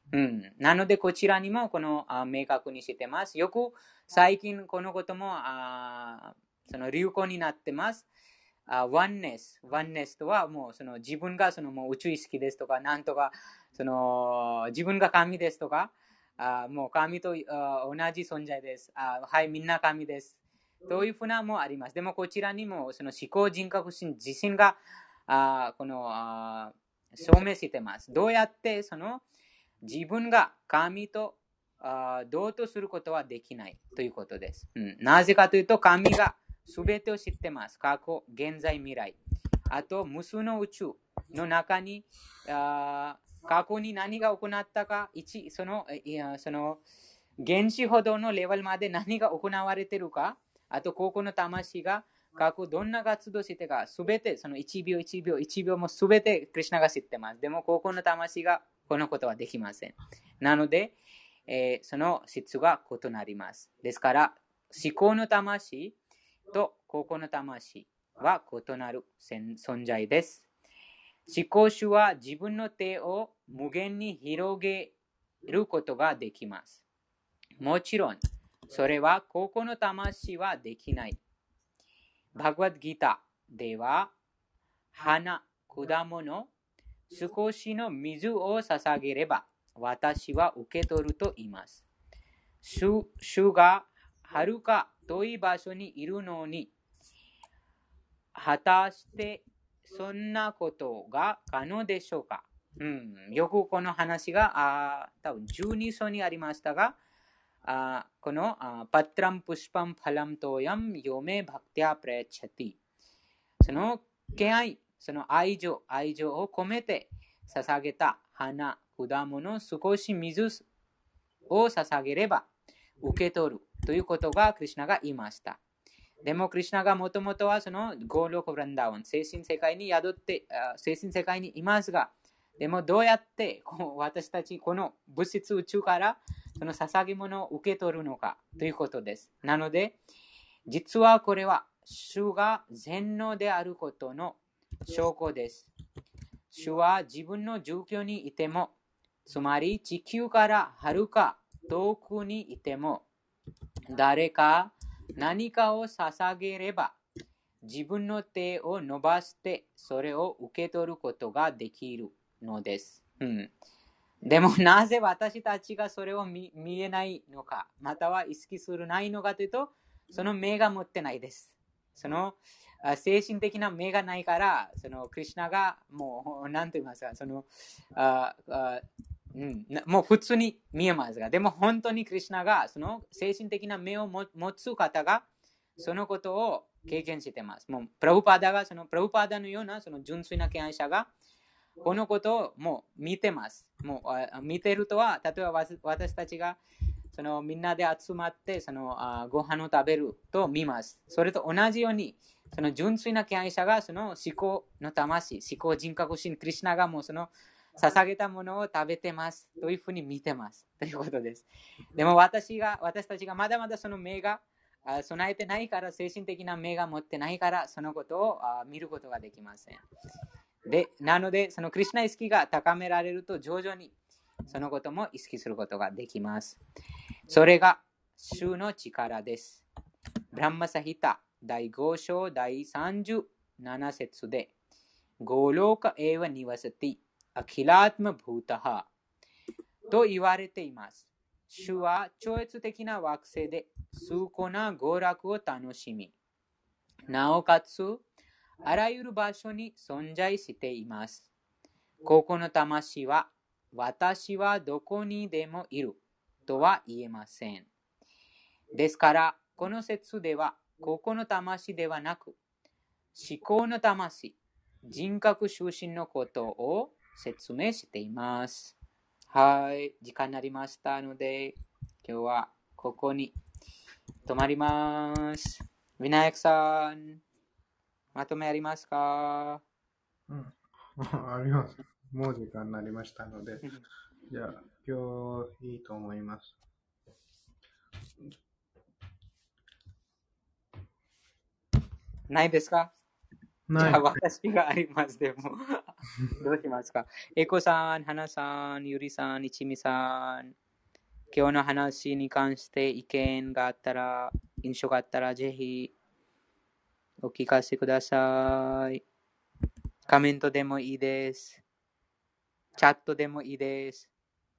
うん、なので、こちらにもこのあ明確にしてます。よく最近このこともあその流行になってます。ワンネス。ワンネスとはもうその自分がそのもう宇宙意識ですとか、なんとかその自分が神ですとか、あもう神とあ同じ存在ですあ。はい、みんな神です。というふうなもあります。でもこちらにもその思考人格心自身があこのあ証明してます。どうやってその自分が神と同等することはできないということです。うん、なぜかというと、神がすべてを知ってます。過去、現在、未来。あと、無数の宇宙の中に、あ過去に何が行ったか、一そのいやその原子ほどのレベルまで何が行われているか、あと、ここの魂が過去どんな活動してか、すべて、そのいちびょういちびょういちびょうもすべてクリシュナが知ってます。でも、ここの魂がこのことはできません。なので、えー、その質が異なります。ですから、思考の魂とここの魂は異なる存在です。思考主は自分の手を無限に広げることができます。もちろん、それはここの魂はできない。バグワッドギータでは、花、果物、少しの水を捧げれば、私は受け取ると言います。主, 主がはるか遠い場所にいるのに、果たしてそんなことが可能でしょうか。うん、よくこの話があ多分じゅうに章にありましたが、あこのパトランプシパンファラムトヤムヨメバクティアプレチャティ、その敬愛、その愛情、愛情を込めて捧げた花、果物、少し水を捧げれば受け取るということがクリシュナが言いました。でもクリシュナがもともとはそのゴーロクブランダウン、精神世界に宿って、精神世界にいますが、でもどうやって私たちこの物質宇宙からその捧げ物を受け取るのかということです。なので、実はこれは主が全能であることの証拠です。主は自分の状況にいても、つまり地球からはるか遠くにいても、誰か何かを捧げれば、自分の手を伸ばしてそれを受け取ることができるのです。うん、でもなぜ私たちがそれを 見, 見えないのか、または意識するないのかというと、その目が持ってないです。その精神的な目がないから、そのクリシュナがもう何と言いますか、そのああうん、もう普通に見えますが、でも本当にクリシュナがその精神的な目を持つ方がそのことを経験しています。もうプラブパダがそのプラブパダのようなその純粋な敬愛者がこのことをもう見てます。もう見てるとは、例えば私たちがそのみんなで集まってそのあご飯を食べると見ます。それと同じように、その純粋な敬愛者がその思考の魂、思考人格心、クリシュナがもうその捧げたものを食べてますというふうに見てますということです。でも私が私たちがまだまだその目が備えてないから、精神的な目が持ってないから、そのことを見ることができません。でなので、そのクリシュナ意識が高められると、徐々にそのことも意識することができます。それが主の力です。ブランマサヒタだいご章だいさんじゅうなな節で、ゴローカエワニワサティアキラートマブータハと言われています。主は超越的な惑星で崇高な娯楽を楽しみ、なおかつあらゆる場所に存在しています。ここの魂は、私はどこにでもいるとは言えません。ですから、この説では、ここの魂ではなく、思考の魂、人格出身のことを説明しています。はい、時間になりましたので、今日はここに止まります。ヴィナヤクさん、まとめありますか？ うん、あります。もう時間になりましたので、じゃあ今日いいと思います。 ないですか？ ない。 じゃあ私があります。でもどうしますか？エコさん、花さん、ゆりさん、いちみさん、今日の話に関して意見があったら、印象があったら、ぜひお聞かせください。コメントでもいいです。チャットでもいいです。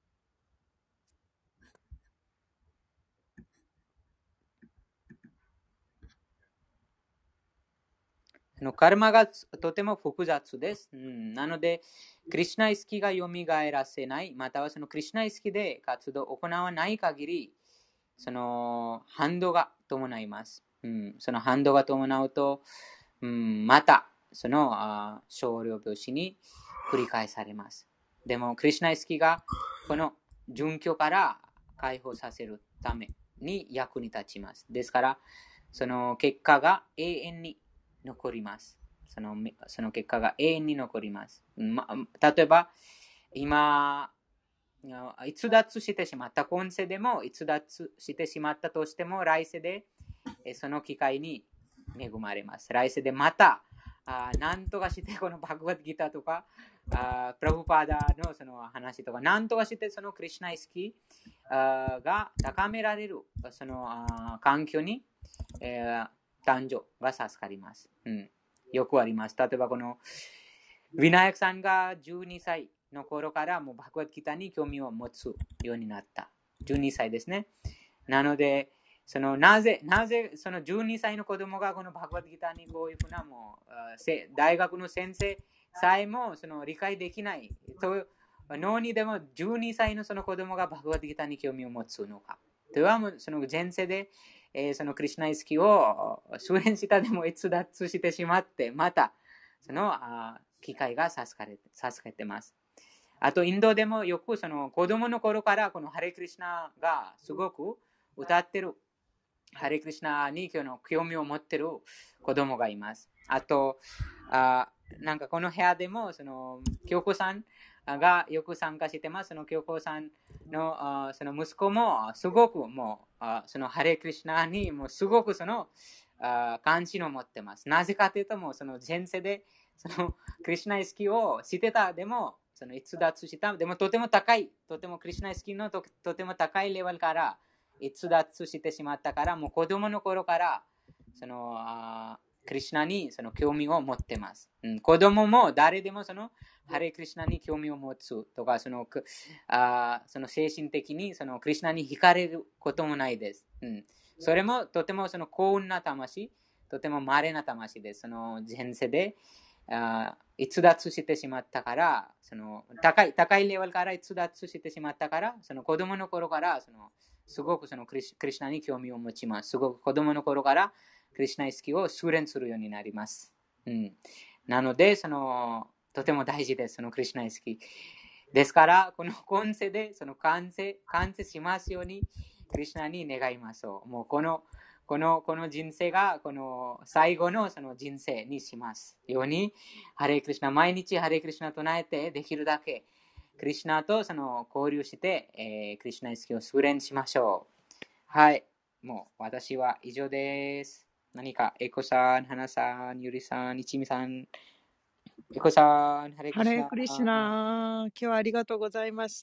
のカルマがとても複雑です。うん、なので、クリシュナ意識が蘇らせない、またはそのクリシュナ意識で活動を行わない限り、その反動が伴います。うん、その反動が伴うと、うん、またその少量病死に繰り返されます。でも、クリシュナ意識がこの殉教から解放させるために役に立ちます。ですから、その結果が永遠に残ります。その、その結果が永遠に残ります。ま、例えば、今、逸脱してしまった、今世でも逸脱してしまったとしても、来世でその機会に恵まれます。来世でまた、あなんとかしてこのバグワッドギターとか、あプラブパーダのその話とか、なんとかしてそのクリシュナ意識あが高められるそのあ環境に、えー、誕生が授かります、うん。よくあります。例えばこのヴィナヤクさんがじゅうにさいの頃からもうバグワッドギターに興味を持つようになった。じゅうにさいですね。なので、そのなぜ、なぜそのじゅうにさいの子供がこのバグワッドギターにこういうふうなもう大学の先生さえもその理解できないと脳にでもじゅうにさいのその子供がバグワッドギターに興味を持つのか。とはもうその前世で、えー、そのクリシュナ意識を修練したでも逸脱してしまって、またそのあ機会が授かれて、授かってます。あとインドでもよくその子供の頃からこのハレクリシュナがすごく歌ってる。ハレクリシュナに興味を持っている子供がいます。あと、あなんかこの部屋でも、その、京子さんがよく参加してます。その京子さんのあその息子もすごくもう、あそのハレクリシュナにもうすごくそのあ関心を持ってます。なぜかというと、もうその前世でそのクリシュナ意識をしてたでも、その逸脱した、でもとても高い、とてもクリシュナ意識の と, とても高いレベルから、逸脱してしまったから、もう子供の頃からそのあクリシュナにその興味を持ってます、うん。子供も誰でもそのハレクリシュナに興味を持つとか、そのあその精神的にそのクリシュナに惹かれることもないです。うん、それもとてもその幸運な魂、とても稀な魂です。その前世であ逸脱してしまったから、その高い高いレベルから逸脱してしまったから、その子供の頃からそのすごくそのクリシュナに興味を持ちます。すごく子供の頃からクリシュナ意識を修練するようになります。うん、なので、そのとても大事です、そのクリシュナ意識。ですから、この今世でその完成、完成しますように、クリシュナに願いましょう。もうこの、この、この人生が、この最後のその人生にしますように、ハレクリシュナ、毎日ハレクリシュナ唱えて、できるだけ、クリシュナとその交流して、えー、クリシュナ意識を修練しましょう。はい。もう私は以上です。何か、エコさん、ハナさん、ユリさん、イチミさん、エコさん、ハレクリシュナ。 ハレクリシュナ。今日はありがとうございました。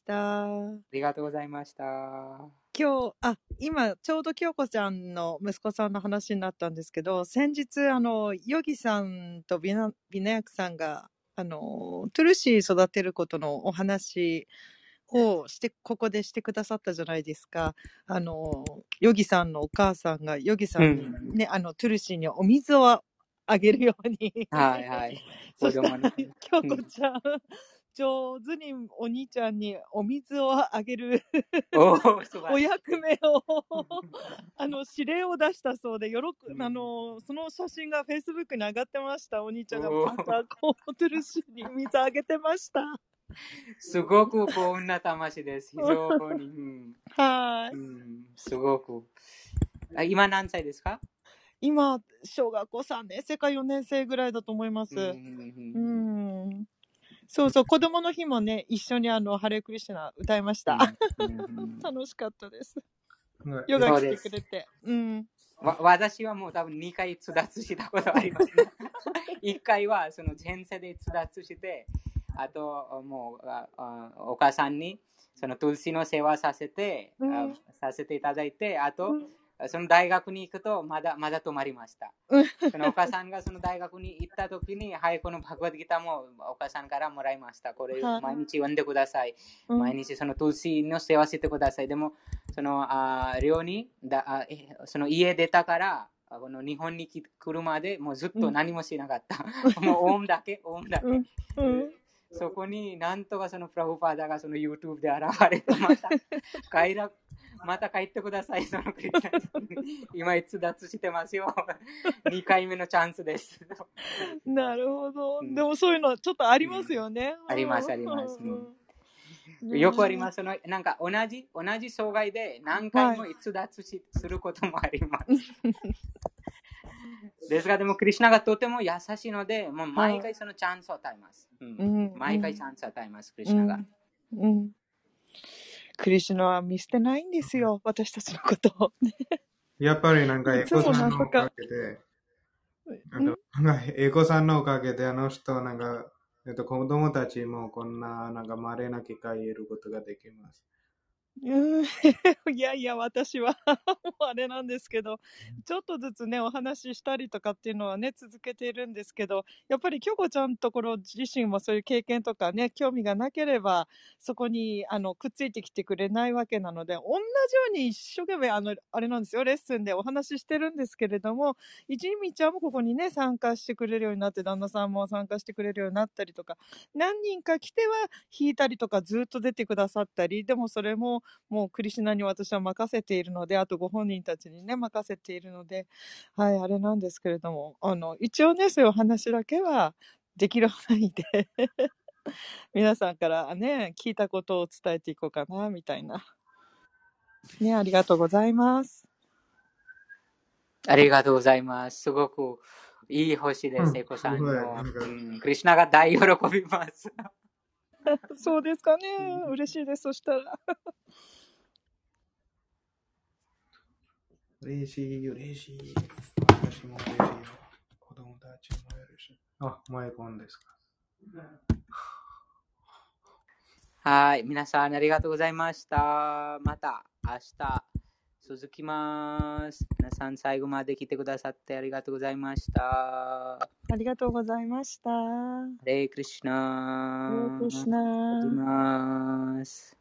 ありがとうございました。 今日、あ、今、ちょうど京子ちゃんの息子さんの話になったんですけど、先日、あの、ヨギさんとビナ、ビナヤクさんが、あの、トゥルシー育てることのお話をして、ここでしてくださったじゃないですか。あの、ヨギさんのお母さんが、ヨギさんにね、うん、あの、トゥルシーにお水をあげるように。 はいはい。 そしたら、京子ちゃん、上手にお兄ちゃんにお水をあげるお役目をあの指令を出したそうで、よろく、うん、あのその写真がフェイスブックに上がってました。お兄ちゃんがまたこうトゥルシーに水あげてました。 すごく幸運な魂です。非常に。うん、 はい、 うん。すごく。今何歳ですか？ 今、小学校さんねん生かよねん生ぐらいだと思います。うん。うんそうそう、子供の日もね、一緒にあの、ハレークリシュナ歌いました。うんうんうん、楽しかったです。 ヨガ来てそうですくれて。うん。 わ私はもう多分にかい通達したことあります、ね。いっかいはその前世で通達して、あともうああお母さんにそのトゥルシーの世話させて、 うあん。 させていただいて、あと、 うんその大学に行くとまだまだ泊まりました。 うんそのお母さんがその大学に行った時に、はい、このバグワッドギターもお母さんからもらいました。これはい毎日読んでください。 うん毎日そのトゥルシーの世話してください。でも、そのあ寮にだあえその家出たから、この日本に来るまでもうずっと何もしなかった。もうオウムだけ、オウムだけ。 うんうんそこになんとかそのプラブパーダがその YouTube で現れて、また帰らまた帰ってください。そのクリスチャン今逸脱してますよ。にかいめのチャンスです。 なるほど。 うんでもそういうのはちょっとありますよね。 ありますうんあります。 うんうんねよくあります。そのなんか同じ同じ障害で何回も逸脱しすることもあります。ですが、でもクリシュナがとても優しいので、もう毎回そのチャンスを与えます。うんうん毎回チャンスを与えます、クリシュナが。 うんうんクリシュナは見捨てないんですよ、私たちのことを。 やっぱりなんかエいつもコさんのおなんとかかげで、あうんとなんかエコさんのおかげであの人なんか、えっと、子供たちもこんななんか稀な機会を得ることができます。 うんいやいや、私はもうあれなんですけど、ちょっとずつね、お話ししたりとかっていうのはね、続けているんですけど、やっぱり京子ちゃんのところ自身もそういう経験とかね、興味がなければ、そこにあのくっついてきてくれないわけなので、同じように一生懸命、あの、あれなんですよ、レッスンでお話ししてるんですけれども、一味ちゃんもここにね、参加してくれるようになって、旦那さんも参加してくれるようになったりとか、何人か来ては弾いたりとかずっと出てくださったり、でもそれももうクリシュナに私は任せているので、あとご本人たちにね、任せているので、はい、あれなんですけれども、あの、一応ね、そういうお話だけはできる範囲で、皆さんからね、聞いたことを伝えていこうかな、みたいな。ね、ありがとうございます。 ありがとうございます。すごくいい星です、エコさんの。うん、クリシュナが大喜びます。 そうですかね。嬉しいです、そしたら。 嬉しい、嬉しい。私も嬉しいよ。子供たちも嬉しい。あ、マイコンですか。 はい、皆さんありがとうございました。また明日続きます。皆さん最後まで来てくださってありがとうございました。 ありがとうございました。 ハレークリシュナ。 ハレークリシュナ。 あります。